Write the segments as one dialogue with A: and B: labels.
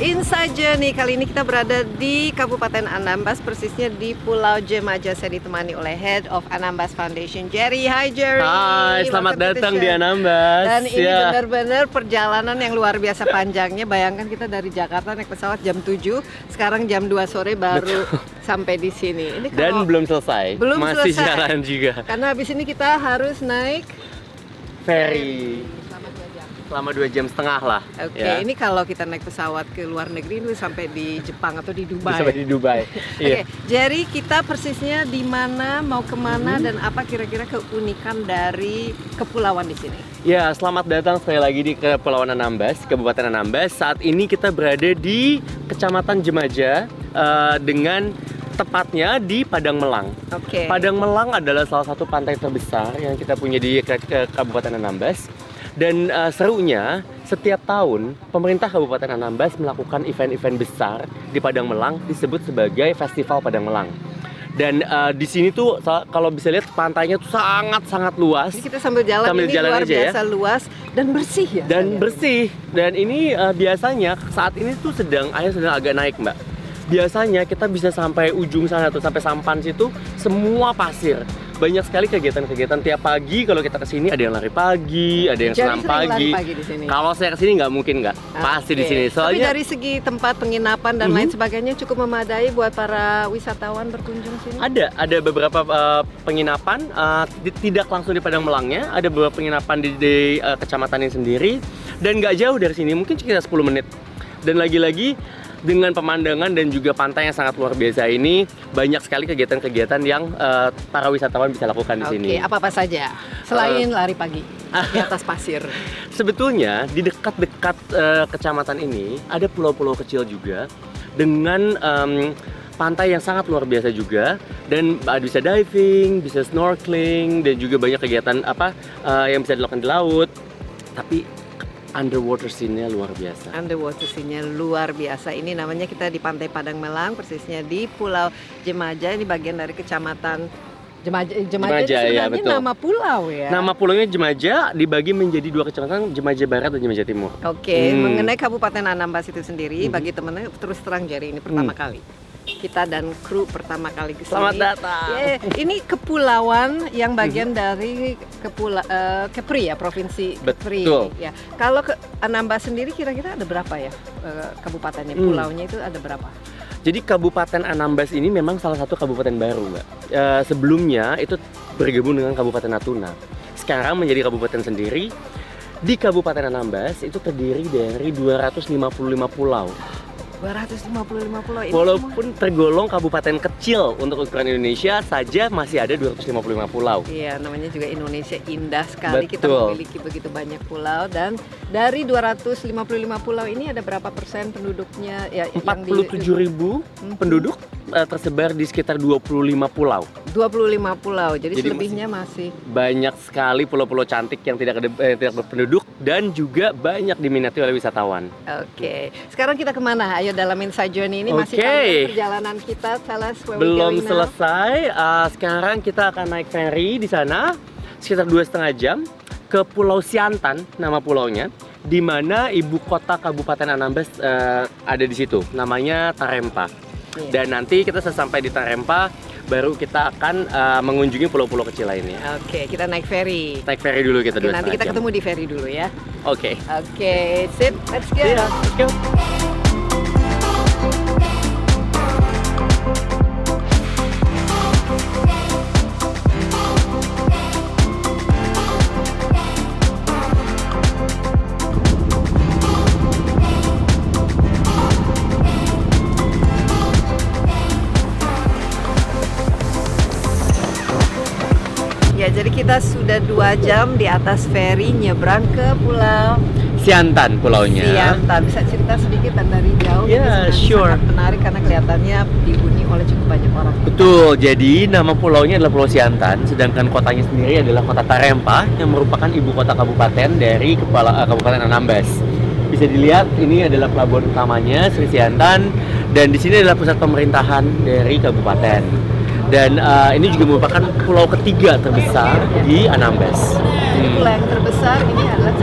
A: Inside Journey kali ini kita berada di Kabupaten Anambas, persisnya di Pulau Jemaja. Saya ditemani oleh Head of Anambas Foundation, Jerry. Hai Jerry.
B: Hai, selamat datang di Anambas.
A: Dan ini benar-benar perjalanan yang luar biasa panjangnya. Bayangkan kita dari Jakarta naik pesawat jam 7, sekarang jam 2 sore baru sampai di sini. Ini
B: dan belum selesai. Masih jalan juga.
A: Karena habis ini kita harus naik
B: ferry. Selama 2,5 jam lah.
A: Oke, ini kalau kita naik pesawat ke luar negeri itu sampai di Jepang atau di Dubai.
B: Sampai di Dubai.
A: Oke, jadi kita persisnya di mana, mau kemana, dan apa kira-kira keunikan dari kepulauan di sini?
B: Ya, selamat datang sekali lagi di Kepulauan Anambas, Kabupaten Anambas. Saat ini kita berada di Kecamatan Jemaja dengan tepatnya di Padang Melang.
A: Oke.
B: Padang Melang adalah salah satu pantai terbesar yang kita punya di Kabupaten Anambas. Dan serunya, setiap tahun pemerintah Kabupaten Anambas melakukan event-event besar di Padang Melang disebut sebagai Festival Padang Melang. Dan di sini tuh kalau bisa lihat pantainya tuh sangat luas.
A: Jadi kita sambil jalan ini luar biasa luas dan bersih ya.
B: Dan bersih. Dan ini biasanya saat ini tuh air sedang agak naik, Mbak. Biasanya kita bisa sampai ujung sana tuh, sampai sampan situ semua pasir. Banyak sekali kegiatan-kegiatan tiap pagi. Kalau kita kesini ada yang lari pagi, ada yang senam pagi. Kalau saya kesini nggak mungkin nggak, pasti di sini.
A: Soalnya, tapi dari segi tempat penginapan dan lain sebagainya cukup memadai buat para wisatawan berkunjung sini.
B: Ada beberapa penginapan, tidak langsung di Padang Melangnya, ada beberapa penginapan di kecamatannya sendiri, dan nggak jauh dari sini, mungkin sekitar 10 menit. Dan lagi-lagi dengan pemandangan dan juga pantai yang sangat luar biasa ini, banyak sekali kegiatan-kegiatan yang para wisatawan bisa lakukan di sini.
A: Oke, apa-apa saja selain lari pagi di atas pasir?
B: Sebetulnya di dekat-dekat kecamatan ini ada pulau-pulau kecil juga dengan pantai yang sangat luar biasa juga, dan bisa diving, bisa snorkeling, dan juga banyak kegiatan yang bisa dilakukan di laut. Tapi underwater scene-nya luar biasa.
A: Underwater scene-nya luar biasa. Ini namanya kita di Pantai Padang Melang, persisnya di Pulau Jemaja. Ini bagian dari kecamatan Jemaja sebenarnya ya, nama pulau ya.
B: Nama pulaunya Jemaja dibagi menjadi 2 kecamatan, Jemaja Barat dan Jemaja Timur.
A: Oke, mengenai Kabupaten Anambas itu sendiri, bagi teman-teman terus terang Jerry, ini pertama kali kita dan kru pertama kali ke sini.
B: Selamat datang.
A: Ini kepulauan yang bagian dari Kepri ya, provinsi Kepri.
B: Betul.
A: Ya. Kalau ke Anambas sendiri kira-kira ada berapa ya kabupatennya? Pulaunya itu ada berapa?
B: Jadi Kabupaten Anambas ini memang salah satu kabupaten baru, Mbak. Sebelumnya itu bergabung dengan Kabupaten Natuna. Sekarang menjadi kabupaten sendiri. Di Kabupaten Anambas itu terdiri dari 255 pulau.
A: 255 pulau ini.
B: Walaupun tergolong kabupaten kecil untuk ukuran Indonesia saja, masih ada 255 pulau.
A: Iya, namanya juga Indonesia indah sekali.
B: Betul.
A: Kita memiliki begitu banyak pulau, dan dari 255 pulau ini ada berapa persen penduduknya? Ya,
B: 47.000 penduduk tersebar di sekitar 25 pulau.
A: 25 pulau, jadi selebihnya masih
B: banyak sekali pulau-pulau cantik yang tidak berpenduduk dan juga banyak diminati oleh wisatawan.
A: Oke, sekarang kita kemana? Ayo dalam Inside Journey ini masih perjalanan kita.
B: Belum selesai. Sekarang kita akan naik ferry di sana sekitar 2,5 jam ke Pulau Siantan, nama pulaunya, di mana ibu kota Kabupaten Anambas ada di situ. Namanya Tarempa. Dan nanti kita sesampai di Tarempa, baru kita akan mengunjungi pulau-pulau kecil lainnya.
A: Oke, kita naik ferry.
B: Naik ferry dulu kita.
A: Nanti kita ketemu di ferry dulu ya.
B: Oke,
A: sip, let's go.
B: Yeah, let's go.
A: Ya, jadi kita sudah 2 jam di atas ferry nyebrang ke Pulau
B: Siantan pulaunya.
A: Siantan, bisa cerita sedikit dan dari jauh?
B: Ya, sure.
A: Sangat menarik karena kelihatannya dihuni oleh cukup banyak orang.
B: Betul, jadi nama pulaunya adalah Pulau Siantan, sedangkan kotanya sendiri adalah kota Tarempa yang merupakan ibu kota kabupaten dari Kabupaten Anambas. Bisa dilihat ini adalah pelabuhan utamanya Sri Siantan, dan di sini adalah pusat pemerintahan dari kabupaten. Dan ini juga merupakan pulau ketiga terbesar di Anambas.
A: Pulau yang terbesar ini adalah sebenarnya pulau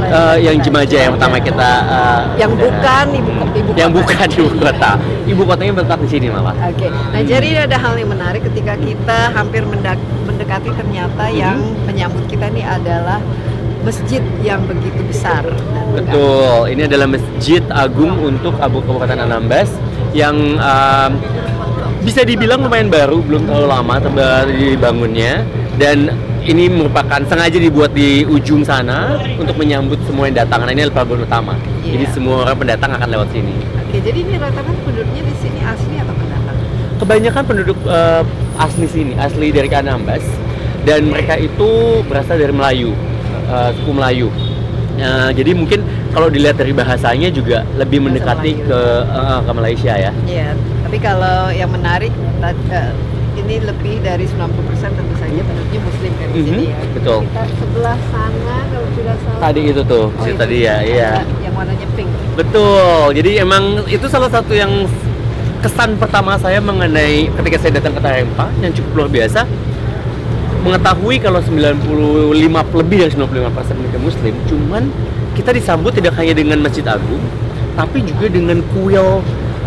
B: Yang Jemaja yang pertama kita.
A: Yang bukan ibu kota.
B: Yang bukan ibu kota. Ibu kotanya bertempat di sini malah.
A: Oke. Nah jadi ada hal yang menarik ketika kita hampir mendekati ternyata yang menyambut kita ini adalah masjid yang begitu besar.
B: Betul. Ini adalah Masjid Agung untuk Kabupaten Anambas yang bisa dibilang lumayan baru, belum terlalu lama dibangunnya, dan ini merupakan sengaja dibuat di ujung sana untuk menyambut semua yang datang. Nah, ini adalah pelabuhan utama. Jadi semua orang pendatang akan lewat sini.
A: Oke, jadi ini rata-rata penduduknya di sini asli atau pendatang?
B: Kebanyakan penduduk asli sini, asli dari Anambas, dan mereka itu berasal dari Melayu, suku Melayu. Jadi mungkin kalau dilihat dari bahasanya juga lebih mendekati ke Malaysia ya.
A: Iya, tapi kalau yang menarik ini lebih dari 90% tentu saja penduduknya Muslim kan di sini ya.
B: Betul.
A: Kita sebelah sana kalau tidak salah.
B: Tadi itu tuh, tadi ya, iya.
A: Yang warnanya pink.
B: Betul. Jadi emang itu salah satu yang kesan pertama saya mengenai ketika saya datang ke Tarempa yang cukup luar biasa. Mengetahui kalau 95 lebih dari 95% mereka Muslim, cuman kita disambut tidak hanya dengan Masjid Agung, tapi juga dengan kuil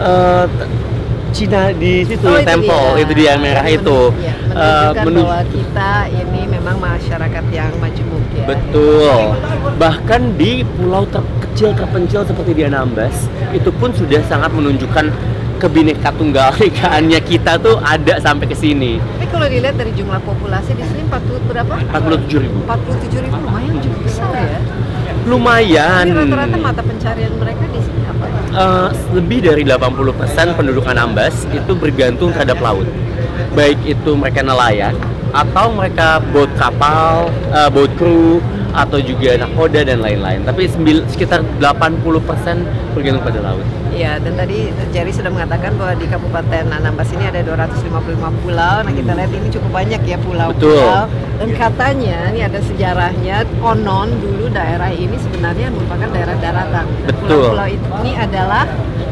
B: Cina di situ, temple itu dia merah itu.
A: Menunjukkan bahwa kita ini memang masyarakat yang majemuk ya.
B: Betul. Bahkan di pulau terkecil terpencil seperti di Anambas, itu pun sudah sangat menunjukkan kebineka tunggal ikaannya kita tuh ada sampai ke sini.
A: Tapi kalau dilihat dari jumlah populasi di sini
B: 47.000.
A: 47.000 lumayan cukup besar ya.
B: Lumayan.
A: Jadi rata-rata mata pencarian mereka di sini apa ya?
B: Lebih dari 80% penduduk Anambas itu bergantung terhadap laut. Baik itu mereka nelayan atau mereka boat kapal, boat crew, atau juga nakoda dan lain-lain. Tapi sekitar 80% bergantung pada laut.
A: Iya, dan tadi Jerry sudah mengatakan bahwa di Kabupaten Anambas ini ada 255 pulau. Nah, kita lihat ini cukup banyak ya pulau-pulau. Dan katanya ini ada sejarahnya, konon dulu daerah ini sebenarnya merupakan daerah daratan. Dan pulau-pulau ini adalah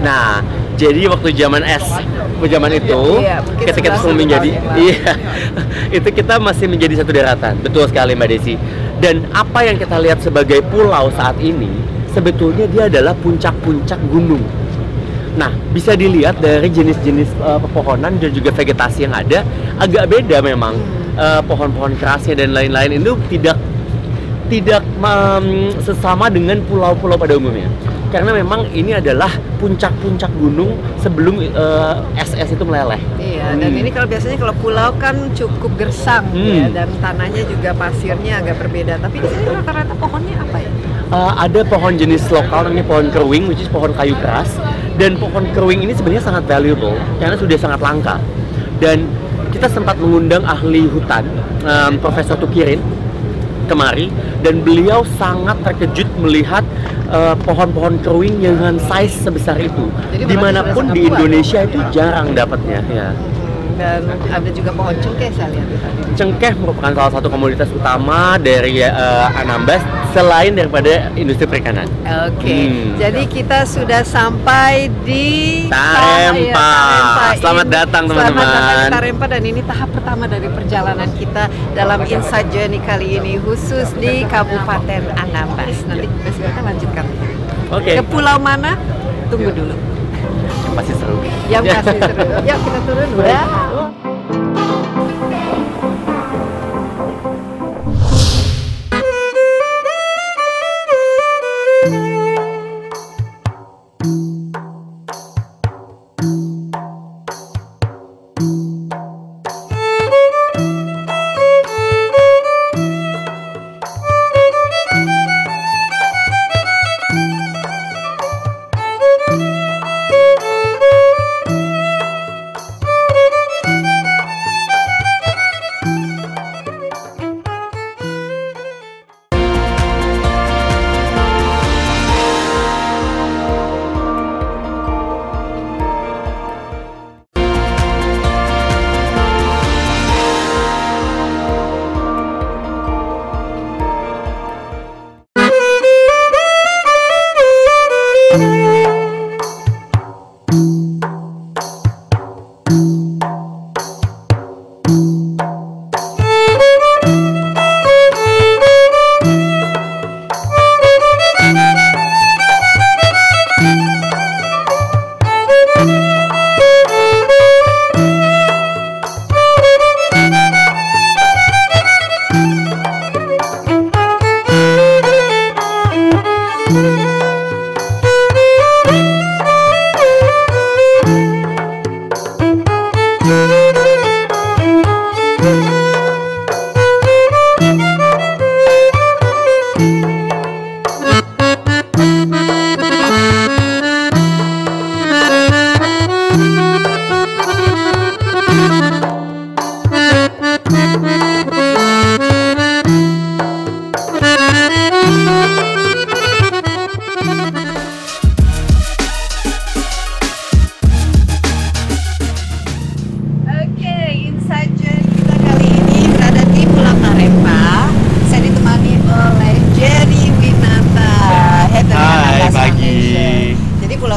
B: jadi waktu zaman itu, ketika itu menjadi itu kita masih menjadi satu daratan. Betul sekali Mbak Desi. Dan apa yang kita lihat sebagai pulau saat ini sebetulnya dia adalah puncak-puncak gunung. Nah, bisa dilihat dari jenis-jenis pepohonan dan juga vegetasi yang ada agak beda memang. Pohon-pohon kerasnya dan lain-lain itu tidak sesama dengan pulau-pulau pada umumnya. Karena memang ini adalah puncak-puncak gunung sebelum es itu meleleh.
A: Iya, dan ini biasanya kalau pulau kan cukup gersang ya, dan tanahnya juga pasirnya agak berbeda. Tapi di sini rata-rata pohonnya apa ya?
B: Ada pohon jenis lokal namanya pohon keruing, which is pohon kayu keras. Dan pohon keruing ini sebenarnya sangat valuable karena sudah sangat langka. Dan kita sempat mengundang ahli hutan, Profesor Tukirin, kemari, dan beliau sangat terkejut melihat pohon-pohon keruing yang dengan size sebesar itu. Dimanapun di Indonesia itu jarang dapatnya. Ya.
A: Dan ada juga pohon cengkeh saya lihat tadi.
B: Cengkeh merupakan salah satu komoditas utama dari Anambas selain daripada industri perikanan.
A: Oke. Jadi kita sudah sampai di
B: Tarempa. Selamat datang teman-teman.
A: Selamat datang di Tarempa, dan ini tahap pertama dari perjalanan kita dalam Inside Journey kali ini khusus di Kabupaten Anambas. Nanti besok kita lanjutkan. Ke pulau mana? Tunggu dulu.
B: Yang pasti seru.
A: Yang pasti seru. Yuk kita turun.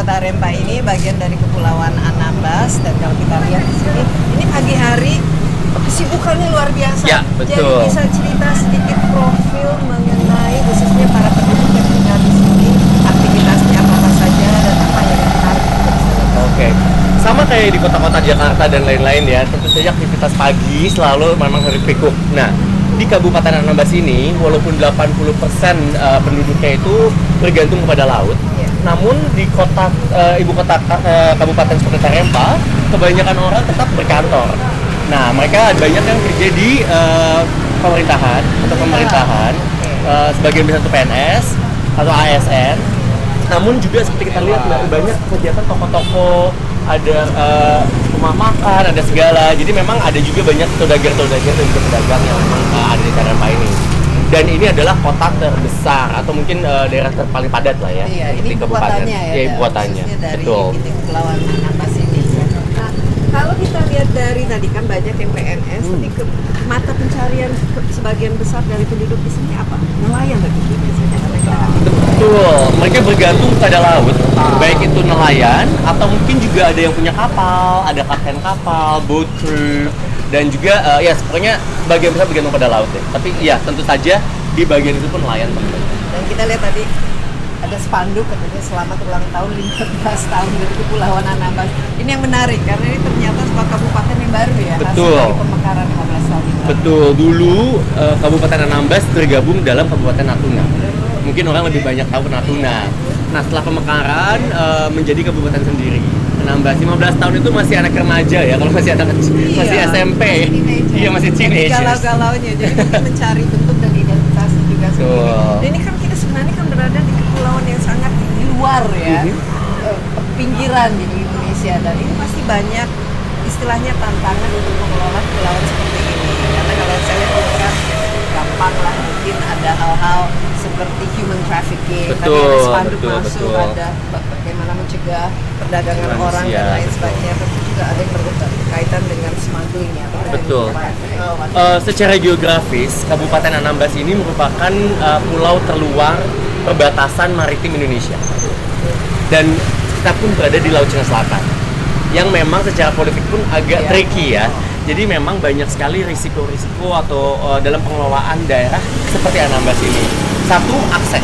A: Pulau Tarempa ini bagian dari Kepulauan Anambas, dan kalau kita lihat di sini, ini pagi hari kesibukannya luar biasa.
B: Ya, betul.
A: Jadi bisa cerita sedikit profil mengenai khususnya para penduduk yang tinggal di sini, aktivitasnya apa saja dan apa yang menarik untuk bisa.
B: Oke. Sama kayak di kota-kota Jakarta dan lain-lain ya, tentu saja aktivitas pagi selalu memang hiruk pikuk. Nah, di Kabupaten Anambas ini, walaupun 80% penduduknya itu bergantung kepada laut, namun di ibu kota kabupaten seperti Tarempa, kebanyakan orang tetap berkantor. Nah, mereka banyak yang kerja di pemerintahan, sebagian besar itu PNS atau ASN. Namun juga seperti kita lihat banyak kegiatan toko-toko, ada rumah makan, ada segala. Jadi memang ada juga banyak saudagar-saudagar dan juga pedagang yang memang ada di Tarempa ini. Dan ini adalah kota terbesar atau mungkin daerah paling padat lah ya.
A: Iya, ini
B: di
A: ibu
B: kabupaten.
A: kotanya ya.
B: Iya, ibu kotanya. Betul.
A: Dari Kepulauan Anambas ini. Nah, kalau kita lihat dari tadi kan banyak yang PNS, tapi mata pencarian sebagian besar dari penduduk di sini apa? Nelayan begitu biasanya.
B: Betul, mereka bergantung pada laut, baik itu nelayan atau mungkin juga ada yang punya kapal, ada kapten kapal, boat crew, dan juga ya pokoknya bagian besar bergantung pada laut ya. Tapi ya tentu saja di bagian itu pun nelayan teman-teman.
A: Dan kita lihat tadi ada spanduk katanya selamat ulang tahun 15 tahun dari Kepulauan Anambas. Ini yang menarik karena ini ternyata sebuah kabupaten yang baru ya.
B: Betul.
A: Hasil dari pemekaran 15 tahun itu.
B: Betul, dulu Kabupaten Anambas tergabung dalam Kabupaten Natuna. Mungkin orang lebih banyak tahu Natuna. Nah, setelah pemekaran menjadi kabupaten sendiri. Anambas 15 tahun itu masih anak remaja ya, kalau masih anak kecil, masih SMP. Iya, masih teenagers.
A: Galau-galaunya, jadi mungkin mencari bentuk dan identitas juga sendiri. Dan ini kan kita sebenarnya kan berada di kepulauan yang sangat di luar ya, pinggiran di Indonesia, dan ini pasti banyak istilahnya tantangan untuk mengelola kepulauan seperti ini. Karena kalau saya lihat kan gampang lah, mungkin ada hal-hal seperti human trafficking, tadi ada spanduk masuk, ada bagaimana mencegah perdagangan orang dan lain sebagainya, tapi juga ada yang berkaitan dengan smuggling ya.
B: Betul. Secara geografis, Kabupaten Anambas ini merupakan pulau terluar perbatasan maritim Indonesia. Dan kita pun berada di Laut Cina Selatan, yang memang secara politik pun agak tricky ya. Jadi memang banyak sekali risiko-risiko atau dalam pengelolaan daerah seperti Anambas ini. Satu,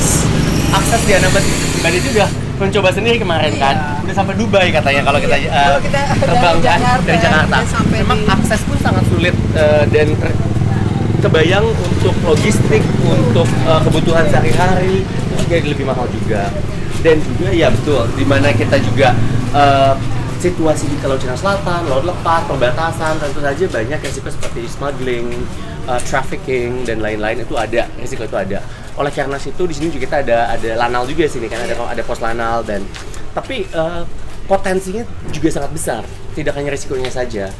B: akses di Anambas. Mbak Desi udah mencoba sendiri kemarin kan, udah sampai Dubai katanya kalau kita terbang dari Jakarta. Memang akses pun sangat sulit dan kebayang untuk logistik, untuk kebutuhan sehari-hari itu juga lebih mahal juga. Dan juga ya betul, dimana kita juga situasi di Laut Cina Selatan, laut lepas, perbatasan, tentu saja banyak risiko seperti smuggling, trafficking dan lain-lain itu ada, risiko itu ada. Oleh karena itu di sini juga kita ada lanal juga sini kan, ada pos lanal dan tapi potensinya juga sangat besar, tidak hanya risikonya saja.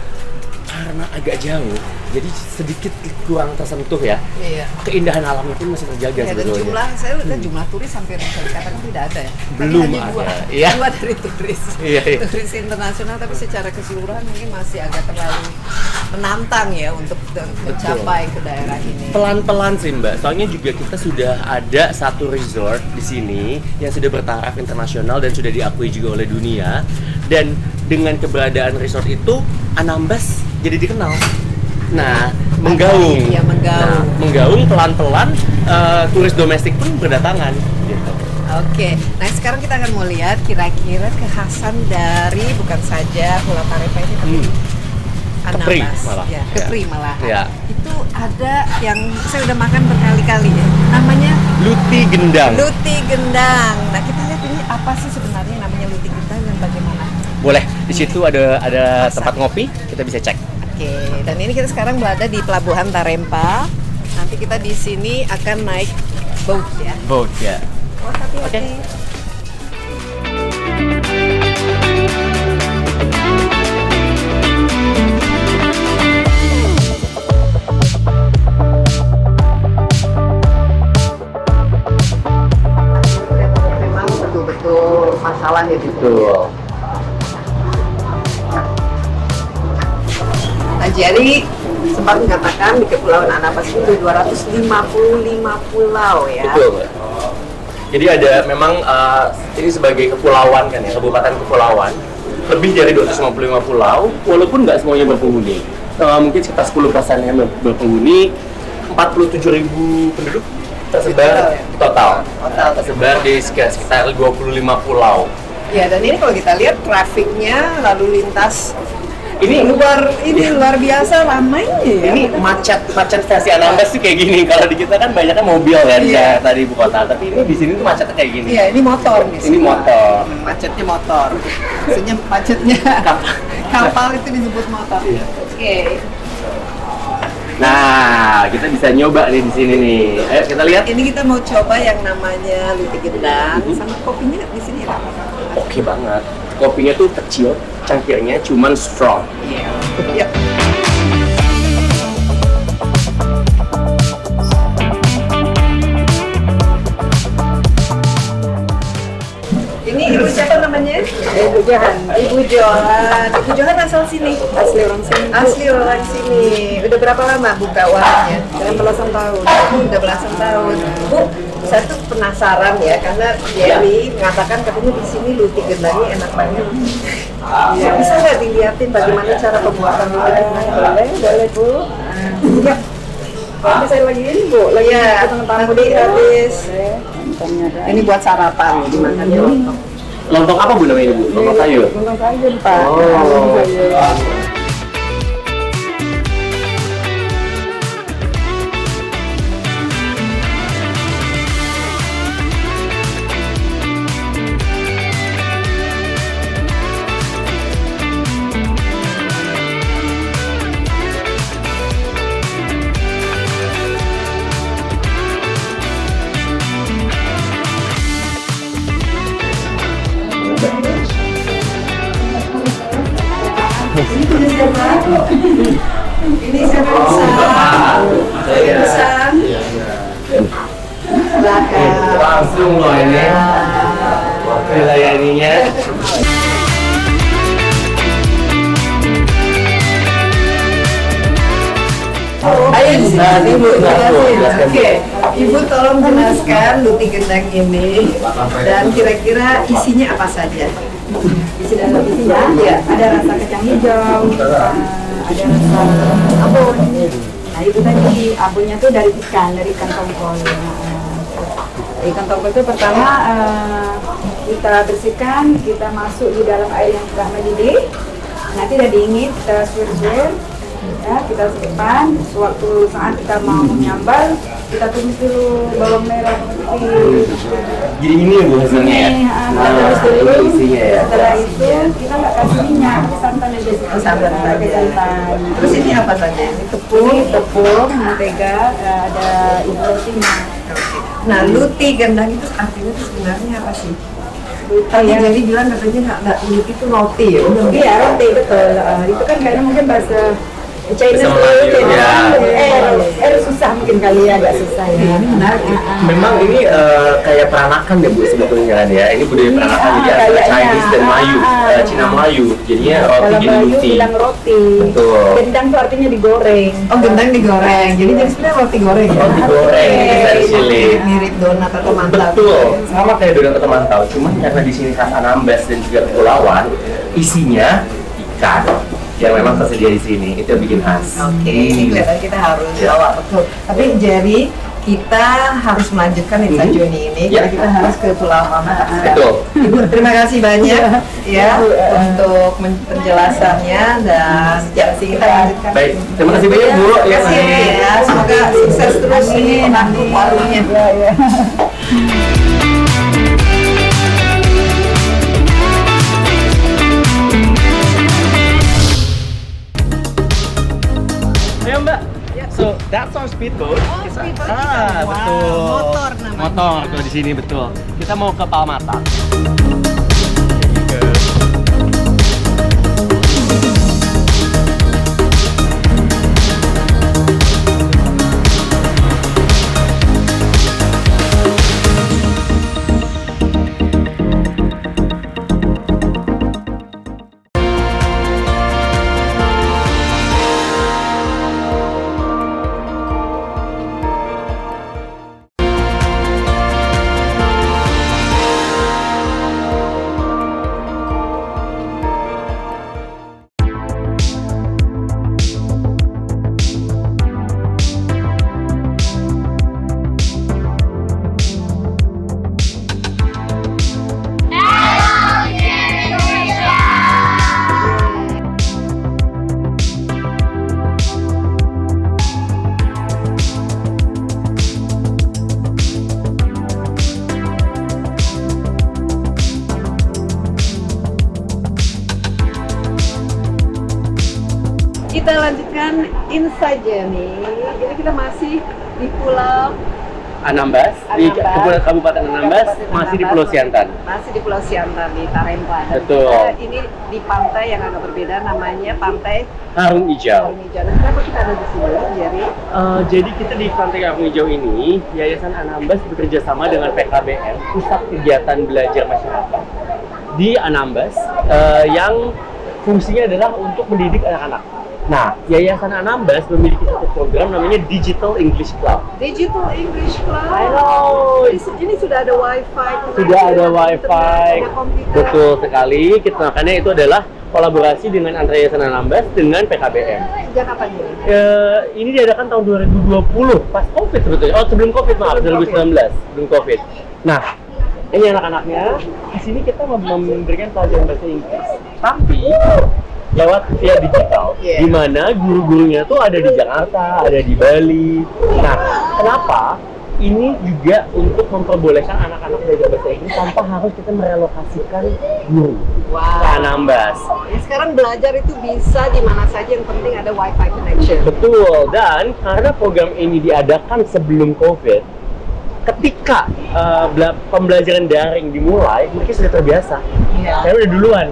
B: Karena agak jauh, jadi sedikit kurang tersentuh ya. Iya. Keindahan alamnya pun masih terjaga sebetulnya.
A: Dan saya lihat jumlah turis hampir bisa dikatakan tidak ada ya.
B: Belum ada.
A: Dua dari turis. Turis internasional, tapi secara keseluruhan mungkin masih agak terlalu menantang ya untuk mencapai ke daerah ini.
B: Pelan-pelan sih Mbak. Soalnya juga kita sudah ada satu resort di sini yang sudah bertaraf internasional dan sudah diakui juga oleh dunia. Dan dengan keberadaan resort itu, Anambas jadi dikenal. Nah, menggaung.
A: Ya, menggaung.
B: Nah, menggaung pelan-pelan turis domestik pun berdatangan gitu.
A: Oke. Nah, sekarang kita akan mau lihat kira-kira kekhasan dari bukan saja Pulau Tarempa ini tapi Anambas. Kepri malah.
B: Ya.
A: Itu ada yang saya udah makan berkali-kali ya. Namanya
B: luti gendang.
A: Luti gendang. Nah, kita lihat ini apa sih sebenarnya namanya luti gendang dan bagaimana?
B: Boleh. Di situ ada tempat ngopi, kita bisa cek.
A: Oke, dan ini kita sekarang berada di Pelabuhan Tarempa. Nanti kita di sini akan naik boat ya.
B: Boat ya.
A: Oh, hati-hati. Memang betul-betul masalah ya
B: betul.
A: Nah, jadi sempat mengatakan di Kepulauan Anambas itu 255 pulau ya.
B: Betul. Jadi ada memang ini sebagai kepulauan kan ya, kabupaten kepulauan. Lebih dari 255 pulau, walaupun nggak semuanya berpenghuni. Mungkin sekitar 10% yang berpenghuni, 47.000 penduduk tersebar total tersebar di sekitar 25 pulau.
A: Ya, dan ini kalau kita lihat trafiknya lalu lintas
B: Ini
A: luar biasa ramainya ya.
B: Ini macet versi Anambas tuh kayak gini. Kalau di kita kan banyaknya mobil kan ya tadi ibu kota. Tapi ini di sini tuh macetnya kayak gini.
A: Iya, ini motor nih.
B: Ini motor.
A: Macetnya motor. Maksudnya macetnya kapal itu disebut motor.
B: Iya.
A: Oke.
B: Nah, kita bisa nyoba nih di sini nih. Ayo kita lihat.
A: Ini kita mau coba yang namanya luti gendang sama kopinya di sini ya.
B: Oke banget. Kopinya tuh kecil, cangkirnya cuman strong.
A: Iya. Ini ibu siapa namanya?
C: Ibu Johan.
A: Ibu Johan. Ibu Johan asal sini.
C: Asli orang sini.
A: Asli orang sini. Udah berapa lama buka warungnya?
C: Dalam belasan tahun.
A: Udah belasan tahun. Bu, saya tuh penasaran ya karena Jerry mengatakan katanya di sini luti gendangnya enak banget. Ya, bisa nggak dilihatin bagaimana cara pembuatan luti gendang?
C: Boleh Bu.
A: Ya.
C: Nanti saya lagi ini Bu, lagi
A: Iya,
C: potong tamu
A: nanti
C: di
A: habis.
C: Lontongnya ada.
A: Ini buat sarapan dimakannya lontong.
B: Lontong apa Bu namanya Bu? Lontong sayur.
C: Lontong sayur Pak.
B: Oh.
A: Ini saya pesan. Belakang.
B: Langsung loh ini. Melayaninya.
A: Ayo Ibu jelasin.
B: Jelaskan.
A: Oke, Ibu tolong jelaskan luti gendang ini dan kira-kira isinya apa saja?
C: Isi dalam isinya
A: Iya.
C: ada rasa kacang hijau, ada rasa abon. Nah itu tadi abonnya tuh dari ikan tongkol. Ikan tongkol itu pertama kita bersihkan, kita masuk di dalam air yang sudah mendidih. Nanti udah dingin, kita suir-suir, ya kita simpan. Sewaktu saat kita mau menyambal, kita tumis dulu bawang merah putih.
B: Jadi ini ya Bu hasilnya ya?
C: Ini, kita tumis dulu.
B: Ini isinya ya?
C: Setelah itu kita nggak kasih minyak, santan aja sih.
A: Santan
C: Pakai
A: saja.
C: santan.
A: Terus ini apa saja? Ini tepung.
C: Ini tepung, mentega, ada ibu rotinya.
A: Nah, luti gendang itu artinya itu sebenarnya apa sih? Tadi
C: ya.
A: Jadi bilang katanya nggak luti itu roti ya?
C: Iya, roti betul. Itu kan kayaknya mungkin bahasa Chinese
B: Sama
C: food,
B: ya.
C: susah mungkin kali ya, agak susah ya.
A: Ini menarik.
B: Memang ini kayak peranakan ya Bu sebetulnya kan ya. Ini budaya peranakan jadi antara
C: kayaknya.
B: Chinese dan Melayu, Cina Melayu. Jadinya roti
C: Kalau
B: jadi
C: Melayu
B: luti.
C: bilang roti.
B: Betul.
C: Gendang tuh artinya digoreng.
A: Oh, gendang digoreng. Jadi sebenarnya roti goreng ya?
B: Roti goreng, ini versi
A: Mirip donat atau mantap.
B: Betul, sama kayak donat atau mantau. Cuman karena di sini khas Anambas dan juga kepulauan, isinya ikan yang memang tersedia di sini. Itu yang bikin khas.
A: Oke, ini kelihatan kita harus bawa betul. Tapi Jerry, kita harus melanjutkan Insight Journey ini karena kita harus ke Pulau Mamata.
B: Betul.
A: Ibu, terima kasih banyak ya untuk penjelasannya dan sih kita lanjutkan.
B: Baik, terima kasih banyak Bu.
A: Terima kasih ya, semoga sukses terus ini menanggung warungnya.
B: Ayo Mbak. So that's our speedboat.
A: speedboat.
B: Ah,
A: Wow,
B: betul.
A: motor namanya.
B: Motor kalau di sini betul. Kita mau ke Palmata.
A: kita lanjutkan Inside Journey. Ini kita masih di Pulau
B: Anambas, di Kabupaten Anambas, masih di Pulau Siantan.
A: Masih di Pulau Siantan, di Tarempa. Dan
B: Betul.
A: kita ini di pantai yang agak berbeda, namanya Pantai
B: Harung Hijau.
A: Harung Hijau. Dan kenapa kita ada di sini, Jerry?
B: Jadi kita di Pantai Harung Hijau ini, Yayasan Anambas bekerja sama dengan PKBM, Pusat Kegiatan Belajar Masyarakat di Anambas, yang fungsinya adalah untuk mendidik anak-anak. Nah, Yayasan Anambas memiliki satu program namanya Digital English Club.
A: Digital English Club.
B: I know.
A: Ini sudah ada wifi.
B: Sudah ada wifi.
A: Ada komputer.
B: Betul sekali. Makanya itu adalah kolaborasi dengan antara Yayasan Anambas dengan PKBM.
A: Sejak kapan ini?
B: Ini diadakan tahun 2020, pas COVID sebetulnya. Oh, sebelum COVID, maaf, 2019, sebelum COVID. Nah, ini anak-anaknya. Di sini kita memberikan pelajaran bahasa Inggris, tapi lewat via digital, di mana guru-gurunya tuh ada di Jakarta, ada di Bali. Nah, kenapa? Ini juga untuk memperbolehkan anak-anak belajar bahasa Inggris tanpa harus kita merelokasikan guru ke Anambas.
A: Ya, sekarang belajar itu bisa di mana saja, yang penting ada wifi connection.
B: Betul, dan karena program ini diadakan sebelum COVID, ketika pembelajaran daring dimulai, mereka sudah terbiasa. Saya udah duluan.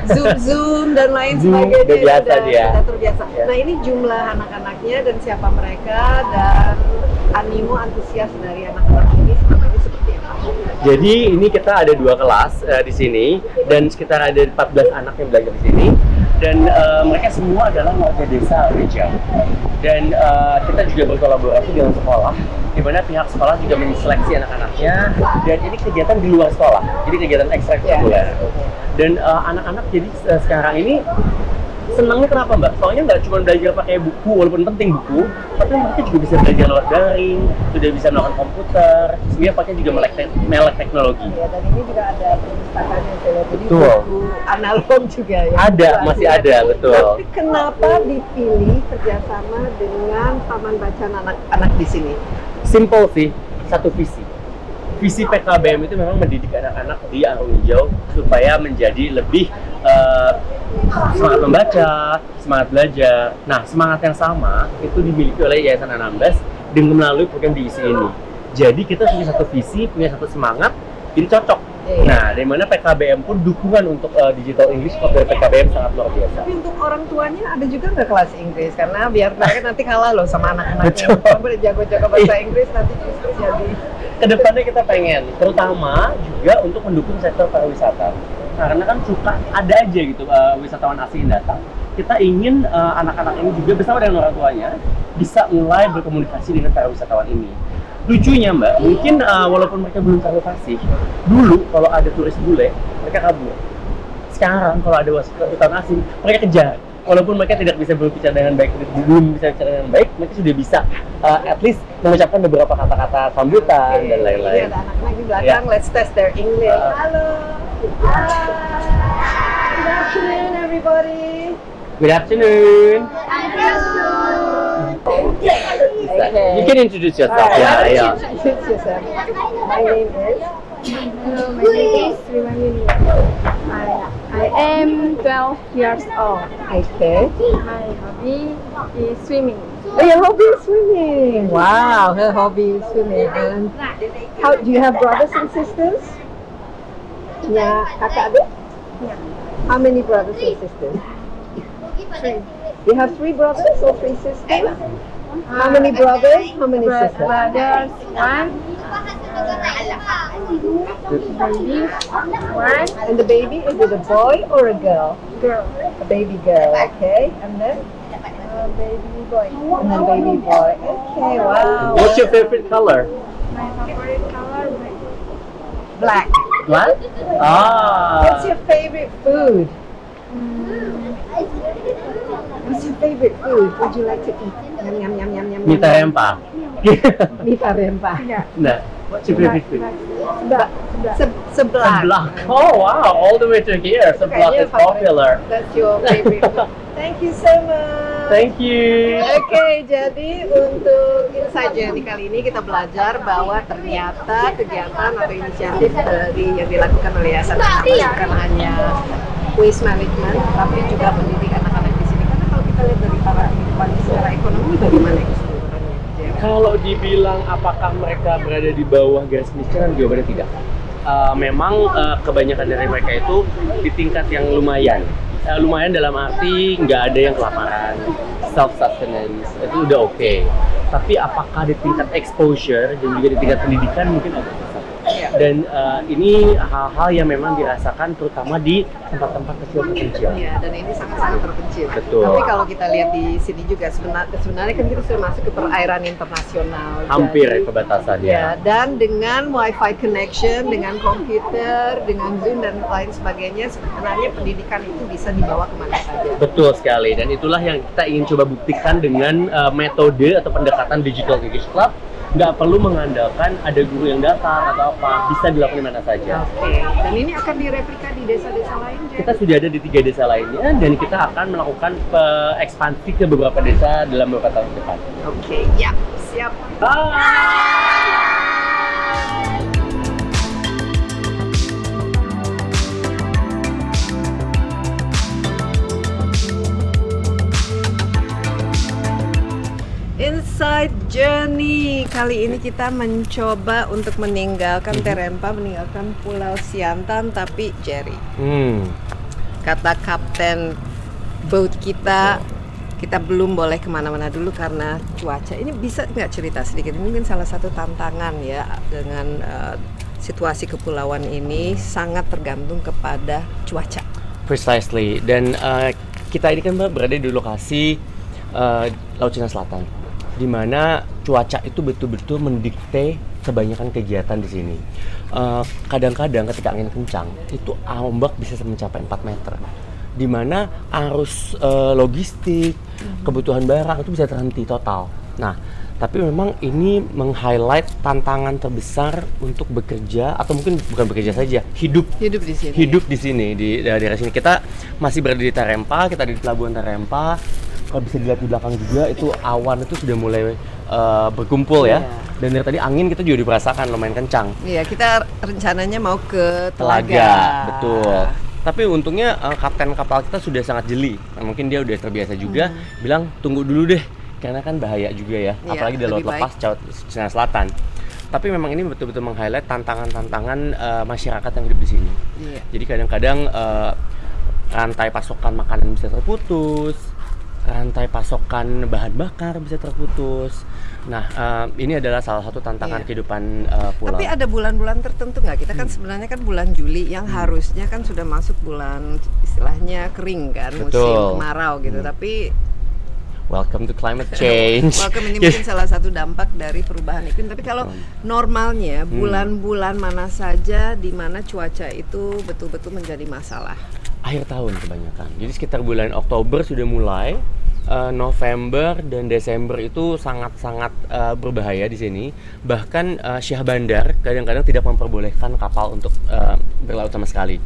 A: Zoom dan lain
B: Zoom,
A: sebagainya.
B: udah biasa dia.
A: Sudah terbiasa. Nah, ini jumlah anak-anaknya dan siapa mereka dan animo antusias dari anak-anak ini selama ini seperti apa?
B: Jadi ini kita ada 2 kelas di sini dan sekitar ada 14 anak yang belajar di sini. Dan mereka semua adalah warga desa Rijau. Dan kita juga berkolaborasi dengan sekolah, di mana pihak sekolah juga menseleksi anak-anaknya. Dan ini kegiatan di luar sekolah, jadi kegiatan ekstrakurikuler. Dan anak-anak jadi sekarang ini senangnya kenapa, Mbak? Soalnya nggak cuma belajar pakai buku, walaupun penting buku, tapi mereka juga bisa belajar lewat daring, sudah bisa melakukan komputer, sehingga pakai juga melek teknologi.
A: Ya, dan ini juga ada perpustakaannya, jadi
B: betul.
A: buku analog juga ya.
B: Ada, masih ada, betul.
A: Tapi kenapa dipilih kerjasama dengan Taman Bacaan anak-anak di sini?
B: Simple sih, satu visi. Visi PKBM itu memang mendidik anak-anak di Harung Hijau supaya menjadi lebih semangat membaca, semangat belajar. Nah, semangat yang sama itu dimiliki oleh Yayasan Anambas dengan melalui program diisi ini. Jadi kita punya satu visi, punya satu semangat, jadi cocok. Nah, dari mana PKBM pun dukungan untuk Digital English Club dari PKBM sangat luar biasa.
A: Tapi untuk orang tuanya ada juga nggak kelas Inggris? Karena biar mereka nanti kalah loh sama anak-anaknya. Kalau udah jago-jago bahasa Inggris nanti justru jadi.
B: Kedepannya kita pengen, terutama juga untuk mendukung sektor pariwisata. Karena kan suka ada aja gitu wisatawan asing yang datang. Kita ingin anak-anak ini juga bersama dengan orang tuanya bisa mulai berkomunikasi dengan para wisatawan ini. Lucunya, Mbak, mungkin walaupun mereka belum terlalu fasih, dulu kalau ada turis bule, mereka kabur. Sekarang kalau ada wisatawan asing, mereka kejar. Walaupun mereka tidak bisa berbicara dengan baik, belum bisa bicara dengan baik, mereka sudah bisa at least mengucapkan beberapa kata-kata sambutan dan lain-lain.
A: Ini ada anak-anak di belakang, let's test their English. Halo. Good afternoon, everybody.
B: Good afternoon.
A: Okay.
B: You can introduce yourself.
A: Introduce yourself. My name is.
D: Hello, my name is Sriwayuni. I am 12 years old.
A: Okay.
D: My hobby is swimming.
A: Oh, your hobby is swimming. Wow, her hobby is swimming. And how do you have brothers and sisters? Yeah, kakak adik?
D: Yeah.
A: How many brothers and sisters?
D: 3.
A: You have 3 brothers or 3 sisters? How many brothers? How many sisters?
D: Brothers, 1. Baby, 1.
A: And the baby, is it a boy or a girl?
D: Girl.
A: A baby girl, okay. And then?
D: Baby boy.
A: And then baby boy. Okay, wow.
B: What's your favorite color?
D: My favorite color
A: Black.
B: Black?
A: What's your favorite food? What's your favorite food? Would you like to eat? Yum, yum, yum, yum, yum.
B: Mie Tarempa.
A: Mie Tarempa.
B: Nah, what's your favorite food?
A: Seblak.
B: Seblak. Oh wow, all the way to here. Seblak is popular.
A: That's your favorite food. Thank you so much.
B: Thank you.
A: Oke, jadi untuk Inside Journey kali ini kita belajar bahwa ternyata kegiatan atau inisiatif yang dilakukan oleh Yayasan Anambas bukan hanya waste management, tapi juga mendidik anak-anak di sini. Karena kalau kita kita lihat dari para kehidupan secara ekonomi bagaimana keseluruhannya?
B: Kalau dibilang apakah mereka berada di bawah garis kemiskinan, jawabannya tidak. Memang kebanyakan dari mereka itu di tingkat yang lumayan. Lumayan dalam arti nggak ada yang kelaparan, self-sustenance, itu udah oke. Tapi apakah di tingkat exposure dan juga di tingkat pendidikan mungkin agak susah. Dan ini hal-hal yang memang dirasakan terutama di tempat-tempat kecil-kecil.
A: Iya, dan ini sangat-sangat terpencil.
B: Betul.
A: Tapi kalau kita lihat di sini juga sebenarnya kan kita sudah masuk ke perairan internasional.
B: Hampir
A: jadi,
B: perbatasan
A: ya.
B: ya.
A: Dan dengan wifi connection, dengan komputer, dengan Zoom dan lain sebagainya, sebenarnya pendidikan itu bisa dibawa kemana saja.
B: Betul sekali, dan itulah yang kita ingin coba buktikan dengan metode atau pendekatan Digital English Club. Nggak perlu mengandalkan ada guru yang datang atau apa, bisa dilakukan di mana saja.
A: Oke, dan ini akan direplika di desa-desa lain, Jen?
B: Kita sudah ada di 3 desa lainnya, dan kita akan melakukan ekspansi ke beberapa desa dalam beberapa tahun ke depan.
A: Oke, ya, siap. Inside Journey, kali ini kita mencoba untuk meninggalkan Terempa, meninggalkan Pulau Siantan, tapi Jerry, kata kapten boat kita belum boleh kemana-mana dulu karena cuaca. Ini bisa nggak cerita sedikit? Mungkin salah satu tantangan ya dengan situasi kepulauan ini sangat tergantung kepada cuaca.
B: Precisely, dan kita ini kan berada di lokasi Laut Cina Selatan, di mana cuaca itu betul-betul mendikte kebanyakan kegiatan di sini. Kadang-kadang ketika angin kencang, itu ombak bisa mencapai 4 meter. Di mana arus logistik, kebutuhan barang itu bisa terhenti total. Nah, tapi memang ini meng-highlight tantangan terbesar untuk bekerja, atau mungkin bukan bekerja saja, hidup
A: di sini.
B: Hidup di sini, di daerah sini. Kita masih berada di Terempa, kita ada di Pelabuhan Terempa. Kalau bisa dilihat di belakang juga, itu awan itu sudah mulai berkumpul ya. Dan dari tadi angin kita juga dirasakan lumayan kencang.
A: Iya, kita rencananya mau ke
B: Telaga. Betul. Tapi untungnya kapten kapal kita sudah sangat jeli. Nah, mungkin dia udah terbiasa juga, bilang tunggu dulu deh, karena kan bahaya juga ya, apalagi di laut lepas Cina Selatan. Tapi memang ini betul-betul meng-highlight tantangan-tantangan masyarakat yang hidup di sini. Iya. Jadi kadang-kadang rantai pasokan makanan bisa terputus, rantai pasokan bahan bakar bisa terputus. Nah, ini adalah salah satu tantangan kehidupan pulau.
A: Tapi ada bulan-bulan tertentu nggak? Kita kan sebenarnya kan bulan Juli yang harusnya kan sudah masuk bulan istilahnya kering kan, musim kemarau gitu. Tapi
B: welcome to climate change.
A: Welcome, ini mungkin salah satu dampak dari perubahan iklim. Tapi kalau normalnya bulan-bulan mana saja di mana cuaca itu betul-betul menjadi masalah?
B: Akhir tahun kebanyakan. Jadi sekitar bulan Oktober sudah mulai, November dan Desember itu sangat-sangat berbahaya di sini. Bahkan Syah Bandar kadang-kadang tidak memperbolehkan kapal untuk berlaut sama sekali.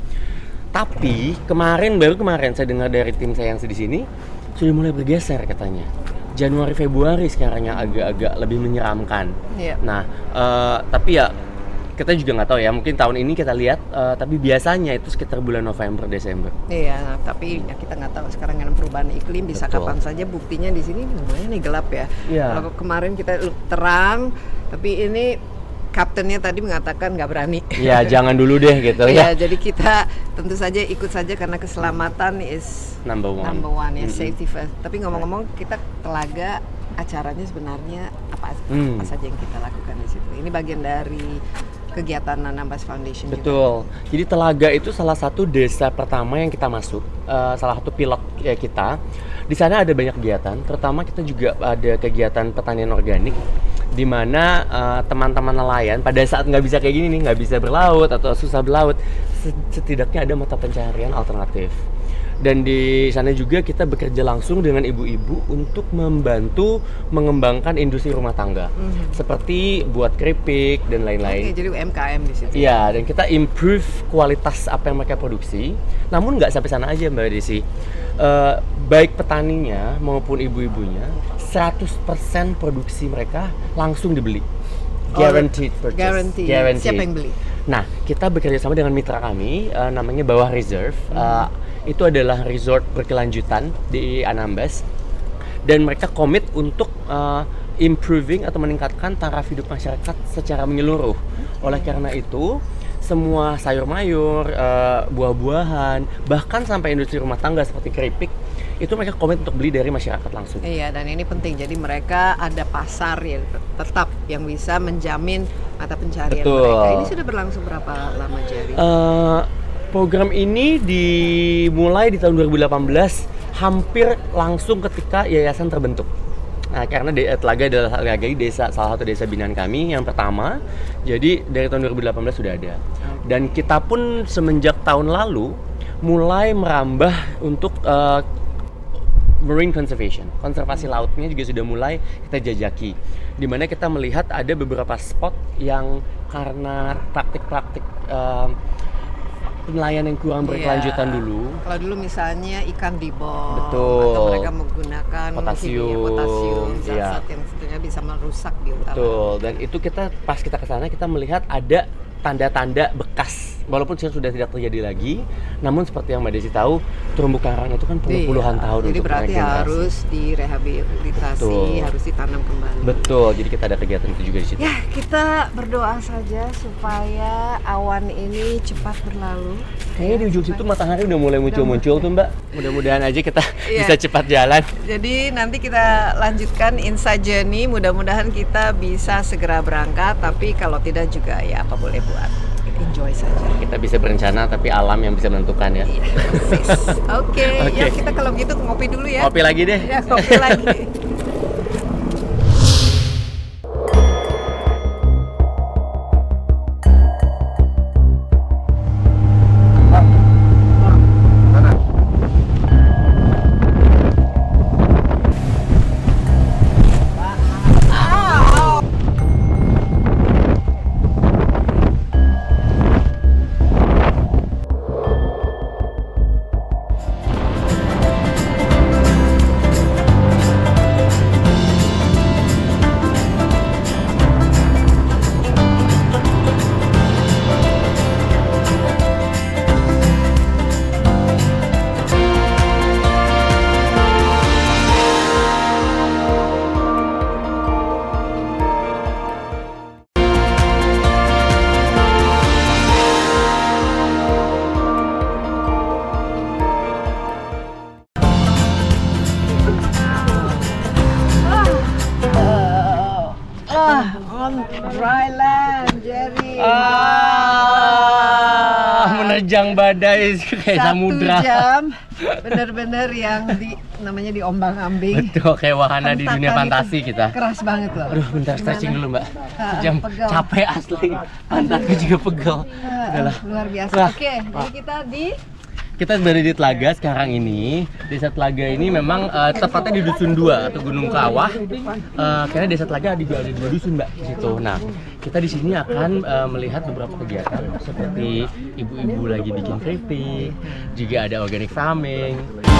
B: Tapi baru kemarin saya dengar dari tim saya yang di sini sudah mulai bergeser katanya. Januari Februari sekarang yang agak-agak lebih menyeramkan. Yeah. Nah, tapi ya kita juga nggak tahu ya, mungkin tahun ini kita lihat, tapi biasanya itu sekitar bulan November Desember.
A: Iya, tapi ya kita nggak tahu sekarang dengan perubahan iklim bisa kapan saja. Buktinya di sini lumayan nih gelap ya. Kalau kemarin kita terang, tapi ini kaptennya tadi mengatakan nggak berani.
B: Iya, jangan dulu deh gitu ya.
A: Iya, jadi kita tentu saja ikut saja karena keselamatan is number one ya, safety first. Tapi ngomong-ngomong, kita Telaga acaranya sebenarnya apa saja yang kita lakukan di situ. Ini bagian dari kegiatan Anambas Foundation.
B: Betul. Juga. Jadi Telaga itu salah satu desa pertama yang kita masuk, salah satu pilot kita. Di sana ada banyak kegiatan, terutama kita juga ada kegiatan pertanian organik, di mana teman-teman nelayan pada saat nggak bisa kayak gini nih, nggak bisa berlaut atau susah berlaut, setidaknya ada mata pencaharian alternatif. Dan di sana juga kita bekerja langsung dengan ibu-ibu untuk membantu mengembangkan industri rumah tangga, seperti buat keripik dan lain-lain.
A: Oke, jadi UMKM di situ.
B: Iya, dan kita improve kualitas apa yang mereka produksi. Namun nggak sampai sana aja Mbak Desi. Baik petaninya maupun ibu-ibunya, 100% produksi mereka langsung dibeli. Guaranteed purchase. Guaranteed.
A: Siapa yang beli?
B: Nah, kita bekerja sama dengan mitra kami, namanya Bawah Reserve. Itu adalah resort berkelanjutan di Anambas dan mereka komit untuk improving atau meningkatkan taraf hidup masyarakat secara menyeluruh. Oleh karena itu, semua sayur mayur, buah-buahan, bahkan sampai industri rumah tangga seperti keripik, itu mereka komit untuk beli dari masyarakat langsung.
A: Iya, dan ini penting. Jadi mereka ada pasar ya tetap yang bisa menjamin mata pencarian mereka. Ini sudah berlangsung berapa lama, Jerry?
B: Program ini dimulai di tahun 2018, hampir langsung ketika yayasan terbentuk. Nah, karena Telaga adalah salah satu desa binaan kami yang pertama. Jadi dari tahun 2018 sudah ada. Dan kita pun semenjak tahun lalu mulai merambah untuk marine conservation. Konservasi lautnya juga sudah mulai kita jajaki. Di mana kita melihat ada beberapa spot yang karena praktik-praktik penilaian yang kurang berkelanjutan dulu.
A: Kalau dulu misalnya ikan dibom,
B: betul,
A: atau mereka menggunakan potasium, zat-zat yang sebetulnya bisa merusak biota.
B: Betul, dan itu pas kita kesana kita melihat ada tanda-tanda bekas, walaupun sudah tidak terjadi lagi, namun seperti yang Mbak Desi tahu, terumbu karang itu kan puluhan tahun
A: jadi
B: untuk
A: berarti harus direhabilitasi, harus ditanam kembali.
B: Betul, jadi kita ada kegiatan itu juga di situ.
A: Ya, kita berdoa saja supaya awan ini cepat berlalu.
B: Kayaknya di ujung situ matahari udah mulai muncul-muncul tuh, Mbak. Mudah-mudahan aja kita bisa cepat jalan.
A: Jadi nanti kita lanjutkan Inside Journey, mudah-mudahan kita bisa segera berangkat, tapi kalau tidak juga ya apa boleh buat. Enjoy saja.
B: Kita bisa berencana, tapi alam yang bisa menentukan ya.
A: Oke, ya kita kalau gitu ngopi dulu ya.
B: Ngopi lagi deh.
A: Ya, ngopi lagi. Dry land, Jerry.
B: Menerjang badai kayak samudra.
A: 1 jam, bener-bener yang namanya diombang-ambing.
B: Betul, kayak wahana di dunia fantasi kita.
A: Keras banget loh.
B: Aduh, bentar stretching dulu, Mbak. Sejam capek asli. Pantatku juga pegel.
A: Luar biasa. Oke, jadi
B: kita berada di Telaga sekarang ini. Desa Telaga ini memang tepatnya di Dusun 2 atau Gunung Kawah. Karena Desa Telaga juga ada 2 dusun, Mbak, di situ. Nah, kita di sini akan melihat beberapa kegiatan seperti ibu-ibu lagi bikin keripik, juga ada organic farming.